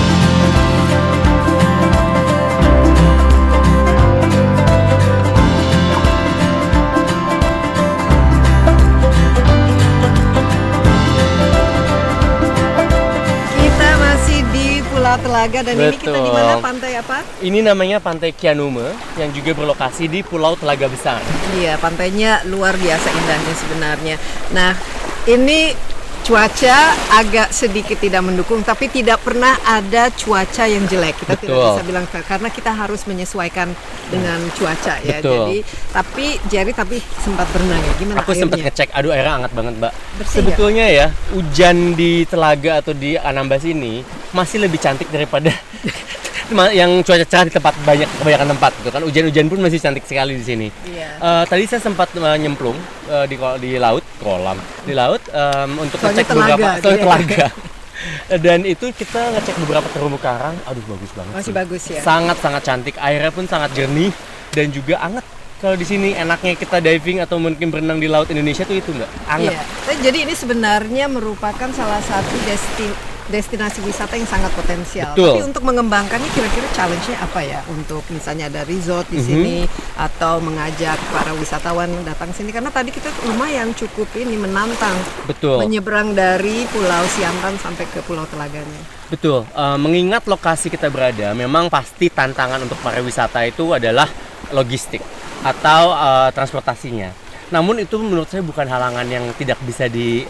A: Pulau Telaga, dan
B: betul.
A: Ini kita di mana, pantai apa?
B: Ini namanya Pantai Kianume yang juga berlokasi di Pulau Telaga Besar.
A: Iya, pantainya luar biasa indahnya sebenarnya. Nah, ini cuaca agak sedikit tidak mendukung, tapi tidak pernah ada cuaca yang jelek. Kita tidak bisa bilang, karena kita harus menyesuaikan dengan cuaca ya. Jadi, tapi Jerry sempat berenang ya. Gimana?
B: Aku sempat ngecek, aduh airnya hangat banget, Mbak.
A: Bersih,
B: sebetulnya ya, hujan di Telaga atau di Anambas ini masih lebih cantik daripada yang cuaca cerah di kebanyakan tempat gitu kan. Hujan-hujan pun masih cantik sekali di sini.
A: Iya.
B: Tadi saya sempat nyemplung di laut untuk ngecek beberapa telaga. Dan itu kita ngecek beberapa terumbu karang. Aduh, bagus banget.
A: Masih bagus ya.
B: Sangat cantik. Airnya pun sangat jernih dan juga anget. Kalau di sini enaknya kita diving atau mungkin berenang di laut Indonesia tuh itu, Mbak, anget.
A: Iya. Jadi ini sebenarnya merupakan salah satu destinasi wisata yang sangat potensial.
B: Betul.
A: Tapi untuk mengembangkannya kira-kira challenge-nya apa ya? Untuk misalnya ada resort di sini atau mengajak para wisatawan datang sini, karena tadi kita lumayan cukup ini menantang.
B: Betul.
A: Menyeberang dari Pulau Siantan sampai ke Pulau Telaganya.
B: Betul. Mengingat lokasi kita berada, memang pasti tantangan untuk para wisata itu adalah logistik atau transportasinya. Namun itu menurut saya bukan halangan yang tidak bisa di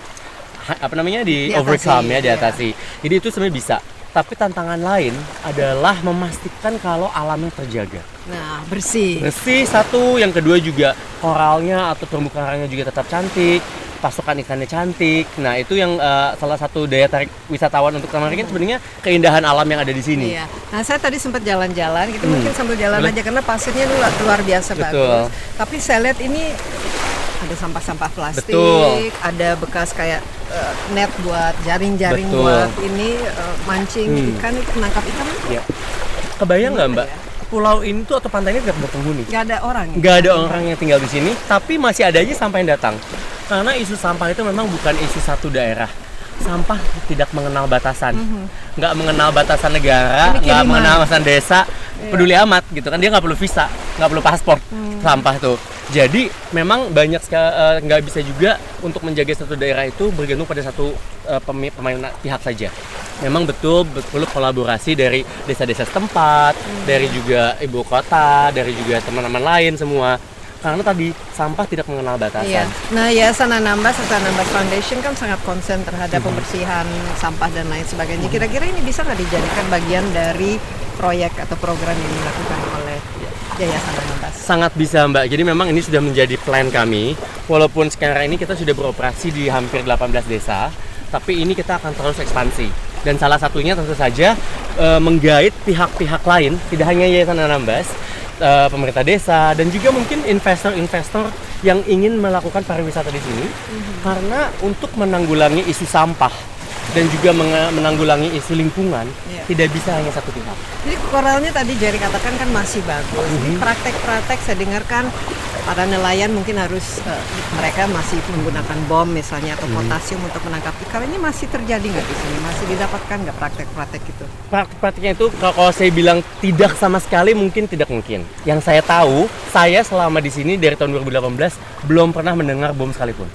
B: overcome ya, diatasi. Jadi itu sebenarnya bisa. Tapi tantangan lain adalah memastikan kalau alamnya terjaga.
A: Nah, bersih.
B: Bersih satu, yang kedua juga koralnya atau terumbu karangnya juga tetap cantik, pasokan ikannya cantik. Nah, itu yang salah satu daya tarik wisatawan untuk kemarin sebenarnya keindahan alam yang ada di sini.
A: Iya. Nah, saya tadi sempat jalan-jalan, kita mungkin sambil jalan aja karena pasirnya luar biasa bagus. Tapi saya lihat ini ada sampah-sampah plastik,
B: betul,
A: ada bekas kayak net buat jaring-jaring buat ini mancing ikan, itu menangkap ikan.
B: Iya. Kebayang nggak Mbak? Ya? Pulau ini tuh atau pantai ini tidak berpenghuni.
A: Nggak ada orang.
B: Nggak ada orang yang tinggal di sini, tapi masih ada aja sampah yang datang. Karena isu sampah itu memang bukan isu satu daerah. Sampah tidak mengenal batasan, nggak mengenal batasan negara, nggak mengenal batasan desa, peduli amat gitu kan, dia nggak perlu visa, nggak perlu paspor, sampah tuh. Jadi memang banyak nggak bisa juga untuk menjaga satu daerah itu bergantung pada satu pemain pihak saja. Memang betul perlu kolaborasi dari desa-desa setempat, dari juga ibu kota, dari juga teman-teman lain semua. Karena tadi sampah tidak mengenal batasan.
A: Iya. Nah, Yayasan Anambas atau Anambas Foundation kan sangat konsen terhadap pembersihan sampah dan lain sebagainya. Kira-kira ini bisa nggak dijadikan bagian dari proyek atau program yang dilakukan oleh Yayasan Anambas? Sangat
B: bisa Mbak. Jadi memang ini sudah menjadi plan kami. Walaupun sekarang ini kita sudah beroperasi di hampir 18 desa, tapi ini kita akan terus ekspansi. Dan salah satunya tentu saja menggait pihak-pihak lain, tidak hanya Yayasan Anambas, pemerintah desa dan juga mungkin investor-investor yang ingin melakukan pariwisata di sini, karena untuk menanggulangi isu sampah dan juga menanggulangi isu lingkungan tidak bisa hanya satu pihak.
A: Jadi koralnya tadi Jerry katakan kan masih bagus. Praktek-praktek saya dengarkan para nelayan mungkin harus mereka masih menggunakan bom misalnya atau potasium untuk menangkap ikan. Ini masih terjadi nggak di sini? Masih didapatkan nggak praktek-praktek itu?
B: Praktek-prakteknya itu kalau saya bilang tidak sama sekali mungkin tidak mungkin. Yang saya tahu, saya selama di sini dari tahun 2018 belum pernah mendengar bom sekalipun.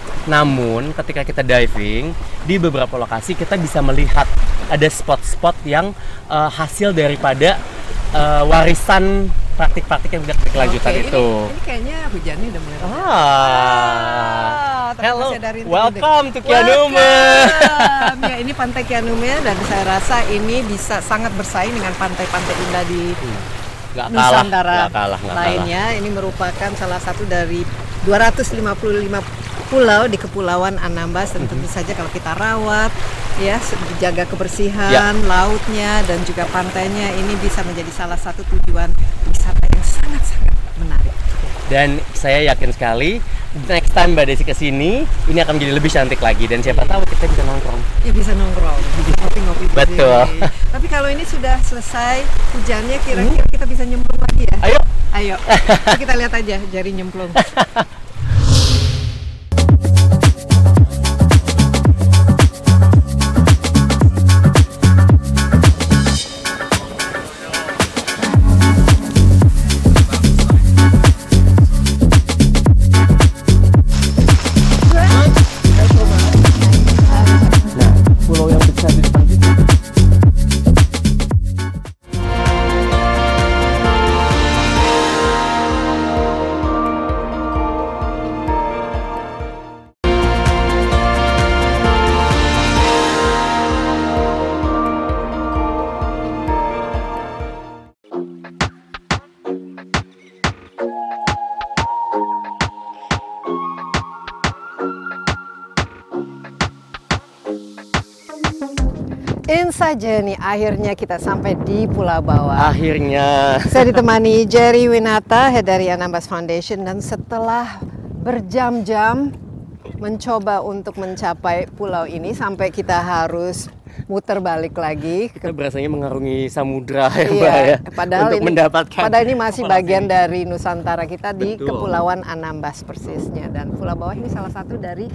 B: Namun ketika kita diving di beberapa lokasi kita bisa melihat ada spot-spot yang hasil daripada warisan praktik-praktik yang berkelanjutan itu.
A: Ini kayaknya hujannya udah mulai.
B: Hello, welcome to Kianume.
A: Ya, ini pantai Kianume dan saya rasa ini bisa sangat bersaing dengan pantai-pantai indah di Nusantara lainnya. Ini merupakan salah satu dari 255 pulau di Kepulauan Anambas, dan tentu saja kalau kita rawat ya, jaga kebersihan lautnya dan juga pantainya, ini bisa menjadi salah satu tujuan wisata yang sangat-sangat menarik.
B: Dan saya yakin sekali next time Mbak Desi kesini ini akan menjadi lebih cantik lagi, dan siapa tahu kita bisa nongkrong. Ya
A: bisa nongkrong, ngopi-ngopi.
B: Betul.
A: Tapi kalau ini sudah selesai hujannya, kira-kira kita bisa nyemplung lagi ya? Ayo. Kita lihat aja jari nyemplung. Saja nih, akhirnya kita sampai di Pulau Bawah.
B: Akhirnya.
A: Saya ditemani Jerry Winata, head dari Anambas Foundation, dan setelah berjam-jam mencoba untuk mencapai pulau ini sampai kita harus muter balik lagi.
B: Kita berasanya mengarungi samudra ya, Mbak ya.
A: Padahal
B: untuk mendapatkan.
A: Padahal ini masih bagian dari Nusantara kita di Kepulauan Anambas persisnya, dan Pulau Bawah ini salah satu dari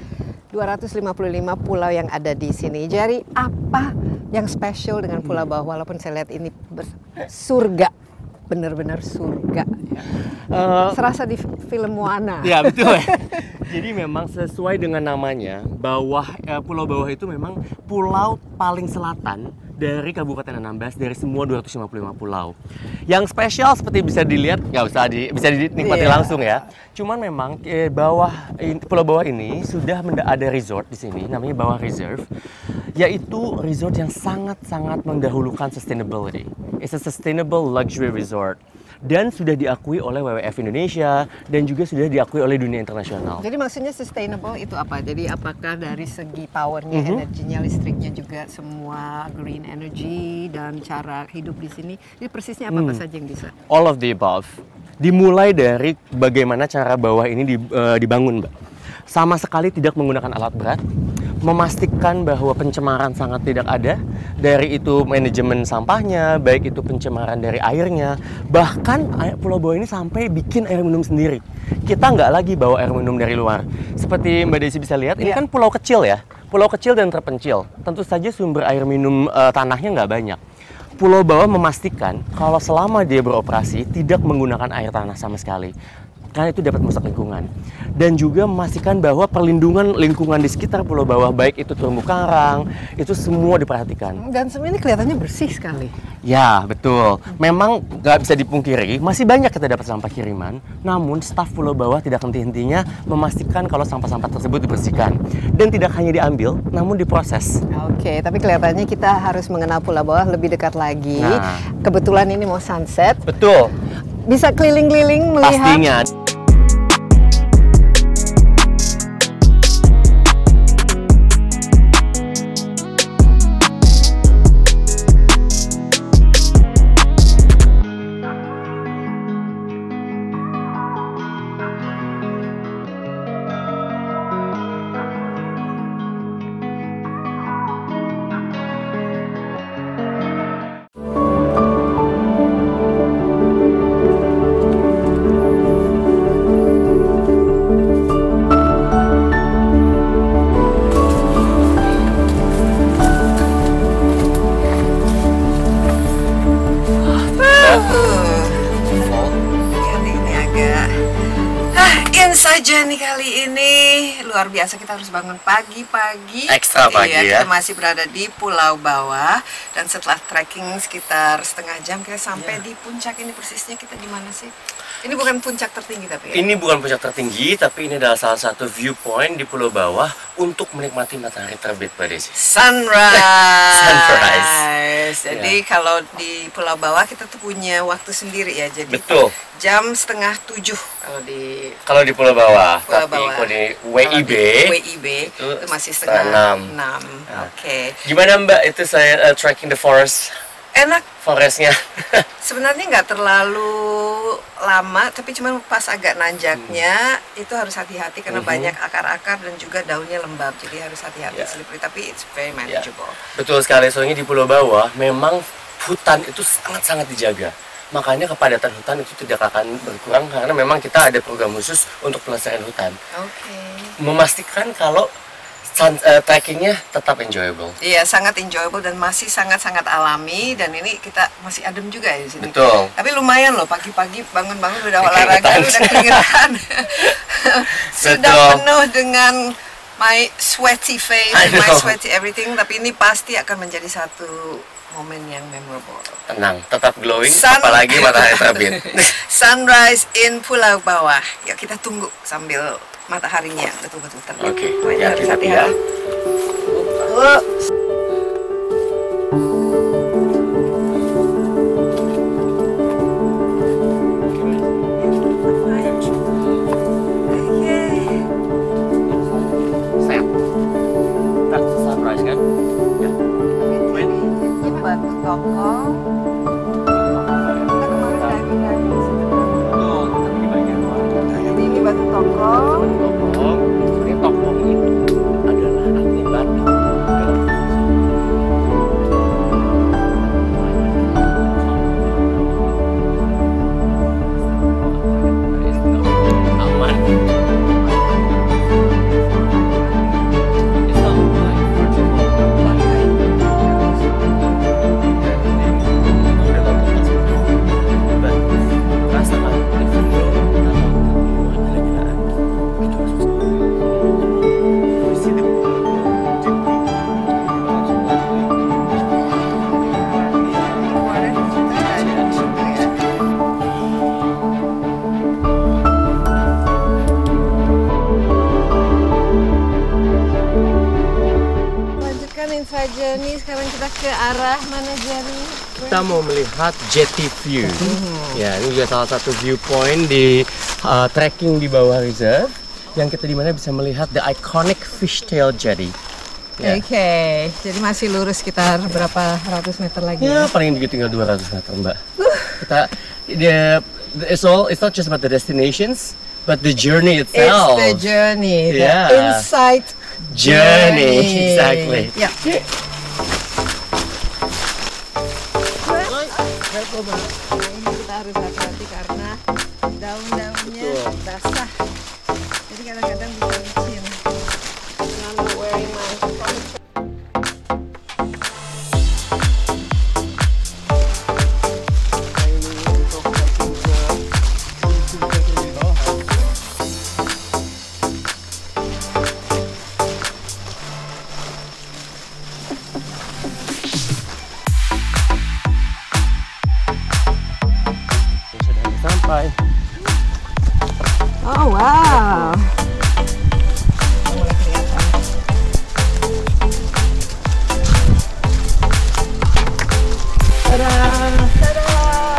A: 255 pulau yang ada di sini. Jadi apa yang spesial dengan Pulau Bawah? Walaupun saya lihat ini surga, benar-benar surga. Serasa di film Moana.
B: Ya betul. Jadi memang sesuai dengan namanya, Pulau Bawah itu memang pulau paling selatan dari Kabupaten Anambas dari semua 255 pulau. Yang spesial seperti bisa dilihat, bisa dinikmati langsung ya. Cuman memang Pulau Bawah ini sudah ada resort di sini, namanya Bawah Reserve, yaitu resort yang sangat-sangat mendahulukan sustainability. It's a sustainable luxury resort. Dan sudah diakui oleh WWF Indonesia dan juga sudah diakui oleh dunia internasional.
A: Jadi maksudnya sustainable itu apa? Jadi apakah dari segi powernya, energinya, listriknya juga semua green energy dan cara hidup di sini? Jadi persisnya apa saja yang bisa?
B: All of the above. Dimulai dari bagaimana cara bawah ini dibangun, Mbak. Sama sekali tidak menggunakan alat berat, memastikan bahwa pencemaran sangat tidak ada, dari itu manajemen sampahnya, baik itu pencemaran dari airnya, bahkan Pulau Bawah ini sampai bikin air minum sendiri. Kita nggak lagi bawa air minum dari luar. Seperti Mbak Desi bisa lihat, ini kan pulau kecil ya, pulau kecil dan terpencil. Tentu saja sumber air minum tanahnya nggak banyak. Pulau Bawah memastikan kalau selama dia beroperasi tidak menggunakan air tanah sama sekali. Karena itu dapat merusak lingkungan. Dan juga memastikan bahwa perlindungan lingkungan di sekitar Pulau Bawah, baik itu terumbu karang, itu semua diperhatikan.
A: Dan sebenarnya kelihatannya bersih sekali.
B: Ya, betul. Memang nggak bisa dipungkiri, masih banyak kita dapat sampah kiriman. Namun, staf Pulau Bawah tidak henti-hentinya memastikan kalau sampah-sampah tersebut dibersihkan. Dan tidak hanya diambil, namun diproses.
A: Oke, tapi kelihatannya kita harus mengenal Pulau Bawah lebih dekat lagi.
B: Nah.
A: Kebetulan ini mau sunset.
B: Betul.
A: Bisa keliling-keliling melihat.
B: Pastinya.
A: Saja nih kali ini luar biasa, kita harus bangun pagi-pagi.
B: Ekstra pagi ya.
A: Kita masih berada di Pulau Bawah dan setelah trekking sekitar setengah jam kita sampai di puncak. Ini persisnya kita di mana sih? Ini bukan puncak tertinggi tapi ya?
B: Ini bukan puncak tertinggi, tapi ini adalah salah satu viewpoint di Pulau Bawah untuk menikmati matahari terbit, Mbak Desi.
A: Sunrise.
B: Sunrise.
A: Jadi kalau di Pulau Bawah kita tuh punya waktu sendiri ya. Jadi
B: Betul.
A: jam 6:30 kalau di
B: Pulau Bawah.
A: Pulau
B: Tapi
A: Bawah.
B: kalau di WIB
A: itu masih setengah 6. Oke.
B: Gimana Mbak, itu saya trekking the forest?
A: Enak.
B: Forestnya.
A: Sebenarnya nggak terlalu lama, tapi cuma pas agak nanjaknya itu harus hati-hati karena banyak akar-akar dan juga daunnya lembab, jadi harus hati-hati slippery, tapi it's very manageable.
B: Betul sekali, soalnya di Pulau Bawah memang hutan itu sangat-sangat dijaga. Makanya kepadatan hutan itu tidak akan berkurang karena memang kita ada program khusus untuk pelestarian hutan.
A: Oke.
B: Memastikan kalau trekkingnya tetap enjoyable.
A: Iya, sangat enjoyable dan masih sangat-sangat alami, dan ini kita masih adem juga ya di sini.
B: Betul.
A: Tapi lumayan loh, pagi-pagi bangun-bangun udah olahraga, udah keringetan. Sudah penuh dengan my sweaty face, my sweaty everything, tapi ini pasti akan menjadi satu momen yang memorable.
B: Tenang, tetap glowing, apalagi matahari terbit.
A: Sunrise in Pulau Bawah. Yuk kita tunggu sambil mataharinya betul-betul terbit.
B: Oke,
A: ya,
B: kita
A: hati-hati
B: ya.
A: Ini batu tokong.
B: Sebenarnya tokong itu adalah akibat aman.
A: sekarang kita ke arah mana, Jerry?
B: Kita mau melihat Jetty View. Ya, ini juga salah satu viewpoint di trekking di bawah reserve yang kita dimana bisa melihat the iconic fishtail jetty. Ya.
A: Oke, jadi masih lurus sekitar berapa ratus meter lagi?
B: Ya, paling dikit tinggal 200 meter, Mbak. Kita it's not just about the destinations, but the journey itself.
A: It's the journey, the
B: Yeah.
A: insight
B: Journey, exactly.
A: Ya. Ini kita harus hati-hati karena daun-daunnya basah. Jadi kadang-kadang bisa licin. Not wearing my
B: Sudah sampai.
A: Oh wow. Mulai kelihatan. Tada! Tada!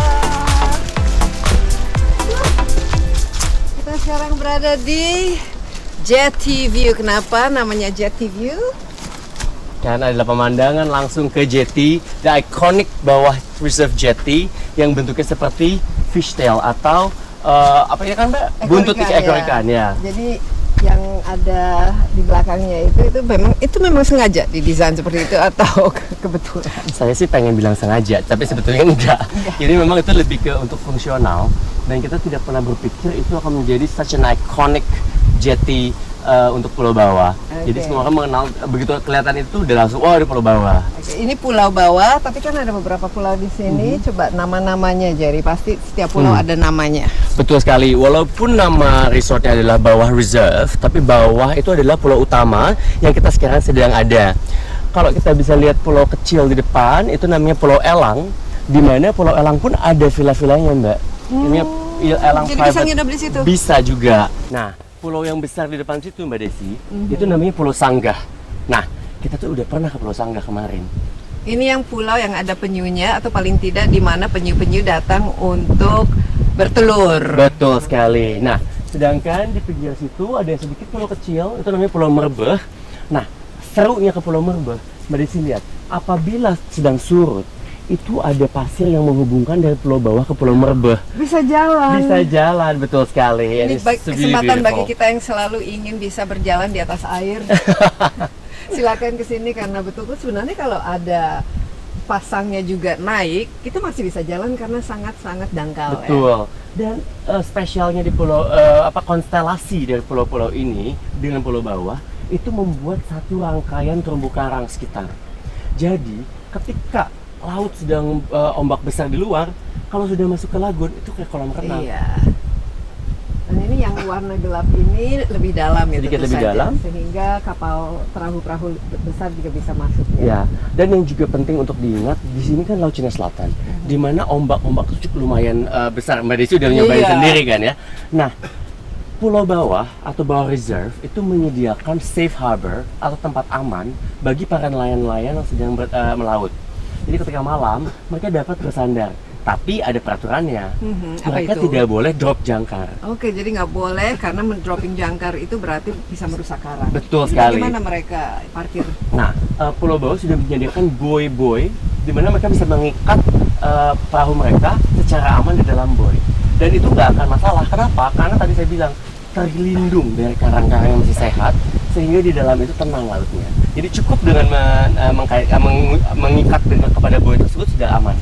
A: Kita sekarang berada di Jetty View. Kenapa namanya Jetty View?
B: Karena adalah pemandangan langsung ke jetty, the iconic bawah reserve jetty yang bentuknya seperti fishtail atau apa ya kan, Mbak? Buntut ekor ikan ya.
A: Jadi yang ada di belakangnya itu memang sengaja didesain seperti itu atau kebetulan?
B: Saya sih pengen bilang sengaja, tapi sebetulnya enggak. Jadi memang itu lebih ke untuk fungsional dan kita tidak pernah berpikir itu akan menjadi such an iconic jetty untuk Pulau Bawah. Jadi semua orang mengenal, begitu kelihatan itu udah langsung, oh ada Pulau Bawah.
A: Ini Pulau Bawah, tapi kan ada beberapa pulau di sini. Coba nama-namanya, Jerry. Pasti setiap pulau ada namanya.
B: Betul sekali. Walaupun nama resortnya adalah Bawah Reserve, tapi Bawah itu adalah pulau utama yang kita sekarang sedang ada. Kalau kita bisa lihat pulau kecil di depan, itu namanya Pulau Elang. Di mana Pulau Elang pun ada villa-villanya, Mbak. Ini Elang
A: Jadi
B: Private.
A: bisa nginep di situ?
B: Bisa juga. Nah, pulau yang besar di depan situ, Mbak Desi, itu namanya Pulau Sanggah. Nah, kita tuh udah pernah ke Pulau Sanggah kemarin.
A: Ini yang pulau yang ada penyunya atau paling tidak di mana penyu-penyu datang untuk bertelur.
B: Betul sekali. Nah, sedangkan di pinggir situ ada sedikit pulau kecil, itu namanya Pulau Merbeh. Nah, serunya ke Pulau Merbeh, Mbak Desi lihat, apabila sedang surut, itu ada pasir yang menghubungkan dari Pulau Bawah ke Pulau Merbeh.
A: Bisa jalan.
B: Bisa jalan, betul sekali.
A: Ini kesempatan bagi kita yang selalu ingin bisa berjalan di atas air. Silakan ke sini karena betul-betul sebenarnya kalau ada pasangnya juga naik, itu masih bisa jalan karena sangat-sangat dangkal.
B: Betul. Dan spesialnya di pulau konstelasi dari pulau-pulau ini dengan Pulau Bawah itu membuat satu rangkaian terumbu karang sekitar. Jadi ketika laut sedang ombak besar di luar, kalau sudah masuk ke lagun itu kayak kolam renang.
A: Iya. Dan ini yang warna gelap ini lebih dalam ya,
B: sedikit
A: tentu
B: lebih
A: saja,
B: dalam,
A: sehingga kapal perahu-perahu besar juga bisa masuk.
B: Ya, dan yang juga penting untuk diingat di sini kan Laut Cina Selatan, di mana ombak-ombak itu cukup lumayan besar. Mbak Desi udah nyobain sendiri kan ya. Nah, Pulau Bawah atau Bawah Reserve itu menyediakan safe harbor atau tempat aman bagi para nelayan-nelayan yang sedang melaut. Jadi ketika malam mereka dapat bersandar. Tapi ada peraturannya, mereka tidak boleh drop jangkar.
A: Oke, jadi nggak boleh karena dropping jangkar itu berarti bisa merusak karang.
B: Betul sekali.
A: Bagaimana mereka parkir?
B: Nah, Pulau Bawah sudah menyediakan buoy-buoy di mana mereka bisa mengikat perahu mereka secara aman di dalam buoy. Dan itu nggak akan masalah. Kenapa? Karena tadi saya bilang terlindung dari karang-karang yang masih sehat, sehingga di dalam itu tenang lautnya. Jadi cukup dengan mengikat dengan kepada buoy tersebut sudah aman.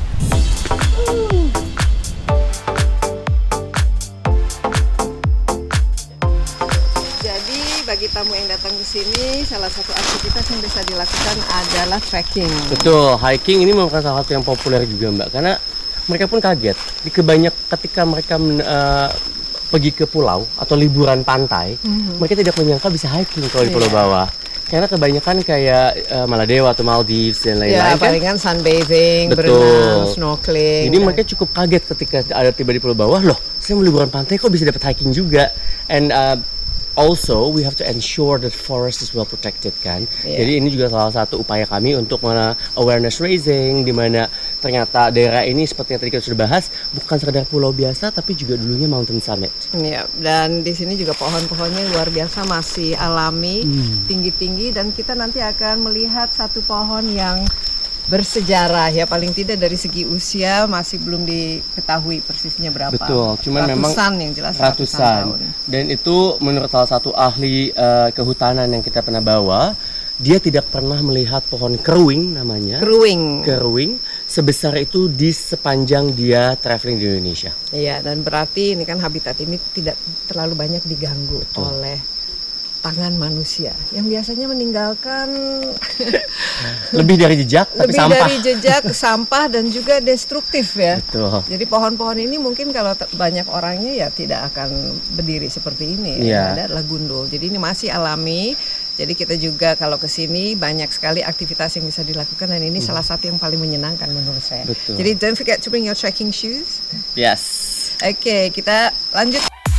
A: Jadi bagi tamu yang datang ke sini, salah satu aktivitas yang bisa dilakukan adalah trekking.
B: Betul, hiking ini merupakan salah satu yang populer juga, Mbak, karena mereka pun kaget. Ketika mereka pergi ke pulau atau liburan pantai, mereka tidak menyangka bisa hiking kalau di Pulau Bawah. Karena kebanyakan kayak Maladewa atau Maldives dan lain-lain.
A: Ya, palingan sunbathing,
B: betul,
A: berenang, snorkeling.
B: Jadi mereka cukup kaget ketika ada tiba di Pulau Bawah, loh, saya mau liburan pantai kok bisa dapat hiking juga. And also we have to ensure that forest is well protected kan. Jadi ini juga salah satu upaya kami untuk awareness raising, di mana ternyata daerah ini seperti yang tadi kita sudah bahas bukan sekedar pulau biasa tapi juga dulunya mountain summit.
A: Iya, dan di sini juga pohon-pohonnya luar biasa, masih alami, tinggi-tinggi, dan kita nanti akan melihat satu pohon yang bersejarah ya, paling tidak dari segi usia masih belum diketahui persisnya berapa.
B: Betul, cuman memang
A: yang jelas
B: ratusan
A: tahun.
B: Dan itu menurut salah satu ahli kehutanan yang kita pernah bawa, dia tidak pernah melihat pohon keruing namanya. Keruing sebesar itu di sepanjang dia traveling di Indonesia.
A: Iya, dan berarti ini kan habitat ini tidak terlalu banyak diganggu oleh tangan manusia yang biasanya meninggalkan
B: lebih dari jejak, tapi
A: lebih
B: sampah.
A: dari jejak, sampah, dan juga destruktif ya.
B: Betul.
A: Jadi pohon-pohon ini mungkin kalau banyak orangnya ya tidak akan berdiri seperti ini. Adalah gundul. Jadi ini masih alami. Jadi kita juga kalau ke sini banyak sekali aktivitas yang bisa dilakukan, dan ini salah satu yang paling menyenangkan menurut saya.
B: Betul.
A: Jadi don't forget to bring your trekking shoes.
B: Yes.
A: Oke, kita lanjut.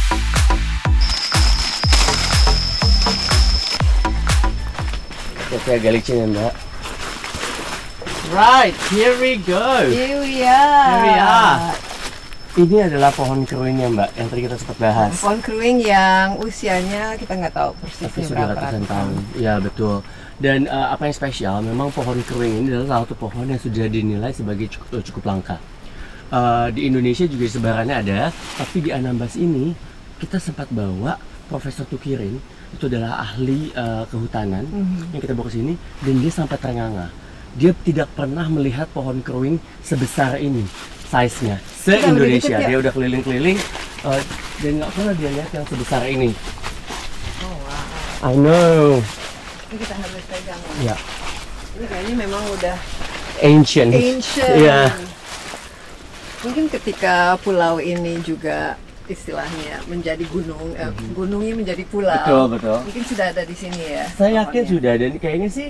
B: Oke, agak licin ya Mbak. Right, here we go.
A: Here we are.
B: Ini adalah pohon keruingnya Mbak, yang tadi kita sempat bahas.
A: Pohon keruing yang usianya kita nggak tahu
B: Tapi
A: persisnya
B: sudah
A: berapa
B: ratusan tahun. Ya betul. Dan apa yang spesial, memang pohon keruing ini adalah salah satu pohon yang sudah dinilai sebagai cukup langka. Di Indonesia juga sebarannya ada, tapi di Anambas ini kita sempat bawa Profesor Tukirin, itu adalah ahli kehutanan yang kita bawa ke sini, dan dia sampai terengah-engah. Dia tidak pernah melihat pohon keruing sebesar ini, size-nya, se-Indonesia. Dia udah keliling-keliling dan nggak pernah dia lihat yang sebesar ini.
A: Oh wow.
B: I know.
A: Ini kita harus pegang.
B: Ya.
A: Ini kayaknya memang udah
B: Ancient. Iya.
A: Mungkin ketika pulau ini juga istilahnya menjadi gunung, gunungnya menjadi pulau.
B: Betul.
A: Mungkin sudah ada di sini ya.
B: Saya yakin sudah, dan kayaknya sih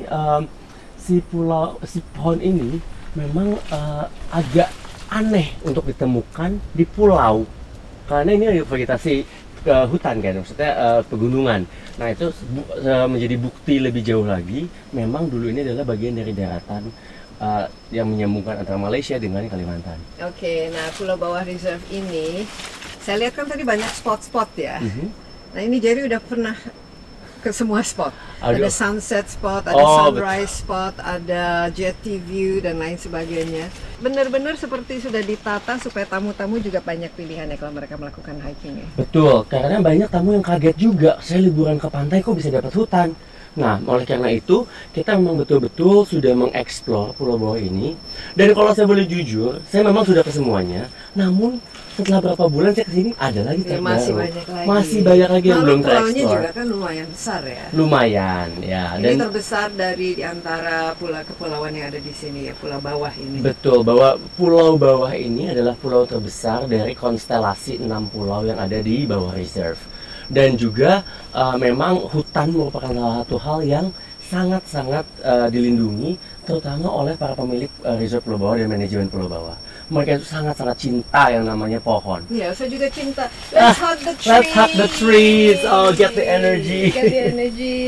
B: si pohon ini memang agak aneh untuk ditemukan di pulau, karena ini vegetasi hutan kan, maksudnya pegunungan. Nah itu menjadi bukti lebih jauh lagi, memang dulu ini adalah bagian dari daratan yang menyambungkan antara Malaysia dengan Kalimantan.
A: Oke, nah Pulau Bawah Reserve ini saya lihat kan tadi banyak spot-spot ya. Nah ini Jerry udah pernah ke semua spot. Ada sunset spot, ada sunrise spot, ada jetty view dan lain sebagainya. Benar-benar seperti sudah ditata supaya tamu-tamu juga banyak pilihan ya kalau mereka melakukan hiking ya.
B: Betul, karena banyak tamu yang kaget juga, saya liburan ke pantai kok bisa dapat hutan. Nah, oleh karena itu kita memang betul-betul sudah mengeksplor Pulau Bawah ini. Dan kalau saya boleh jujur, saya memang sudah ke semuanya. Namun setelah berapa bulan saya kesini ada lagi terbaru. Masih banyak lagi yang belum tereksplor.
A: Pulaunya juga kan lumayan besar ya.
B: Lumayan, ya.
A: Ini terbesar dari antara pulau-kepulauan yang ada di sini ya, Pulau Bawah ini.
B: Betul, bahwa Pulau Bawah ini adalah pulau terbesar dari konstelasi 6 pulau yang ada di Bawah Reserve. Dan juga memang hutan merupakan salah satu hal yang sangat-sangat dilindungi, terutama oleh para pemilik Resort Pulau Bawah dan manajemen Pulau Bawah. Mereka itu sangat-sangat cinta yang namanya pohon.
A: Iya, saya juga cinta. Let's hug the trees.
B: Let's hug the trees. Oh, get the energy.
A: Get the energy.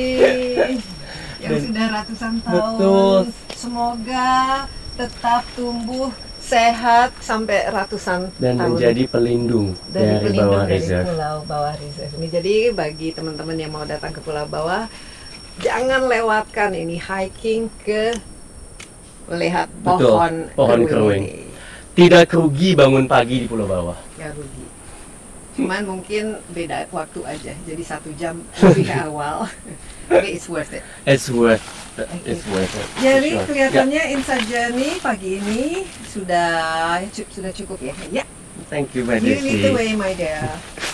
A: Yang sudah ratusan tahun.
B: Betul.
A: Semoga tetap tumbuh sehat sampai ratusan
B: dan
A: tahun.
B: Menjadi pelindung dari Bawah Reserve.
A: Pulau Bawah Reserve ini. Jadi bagi teman-teman yang mau datang ke Pulau Bawah, jangan lewatkan ini hiking ke melihat pohon keruing.
B: Tidak rugi bangun pagi di Pulau Bawah.
A: Gak rugi. Cuman mungkin beda waktu aja. Jadi 1 jam lebih awal. Tapi it's worth it.
B: It's worth it.
A: Jadi kelihatannya Inside Journey pagi ini sudah cukup ya. Ya.
B: Thank you, my
A: You
B: dear.
A: lead the way, my dear.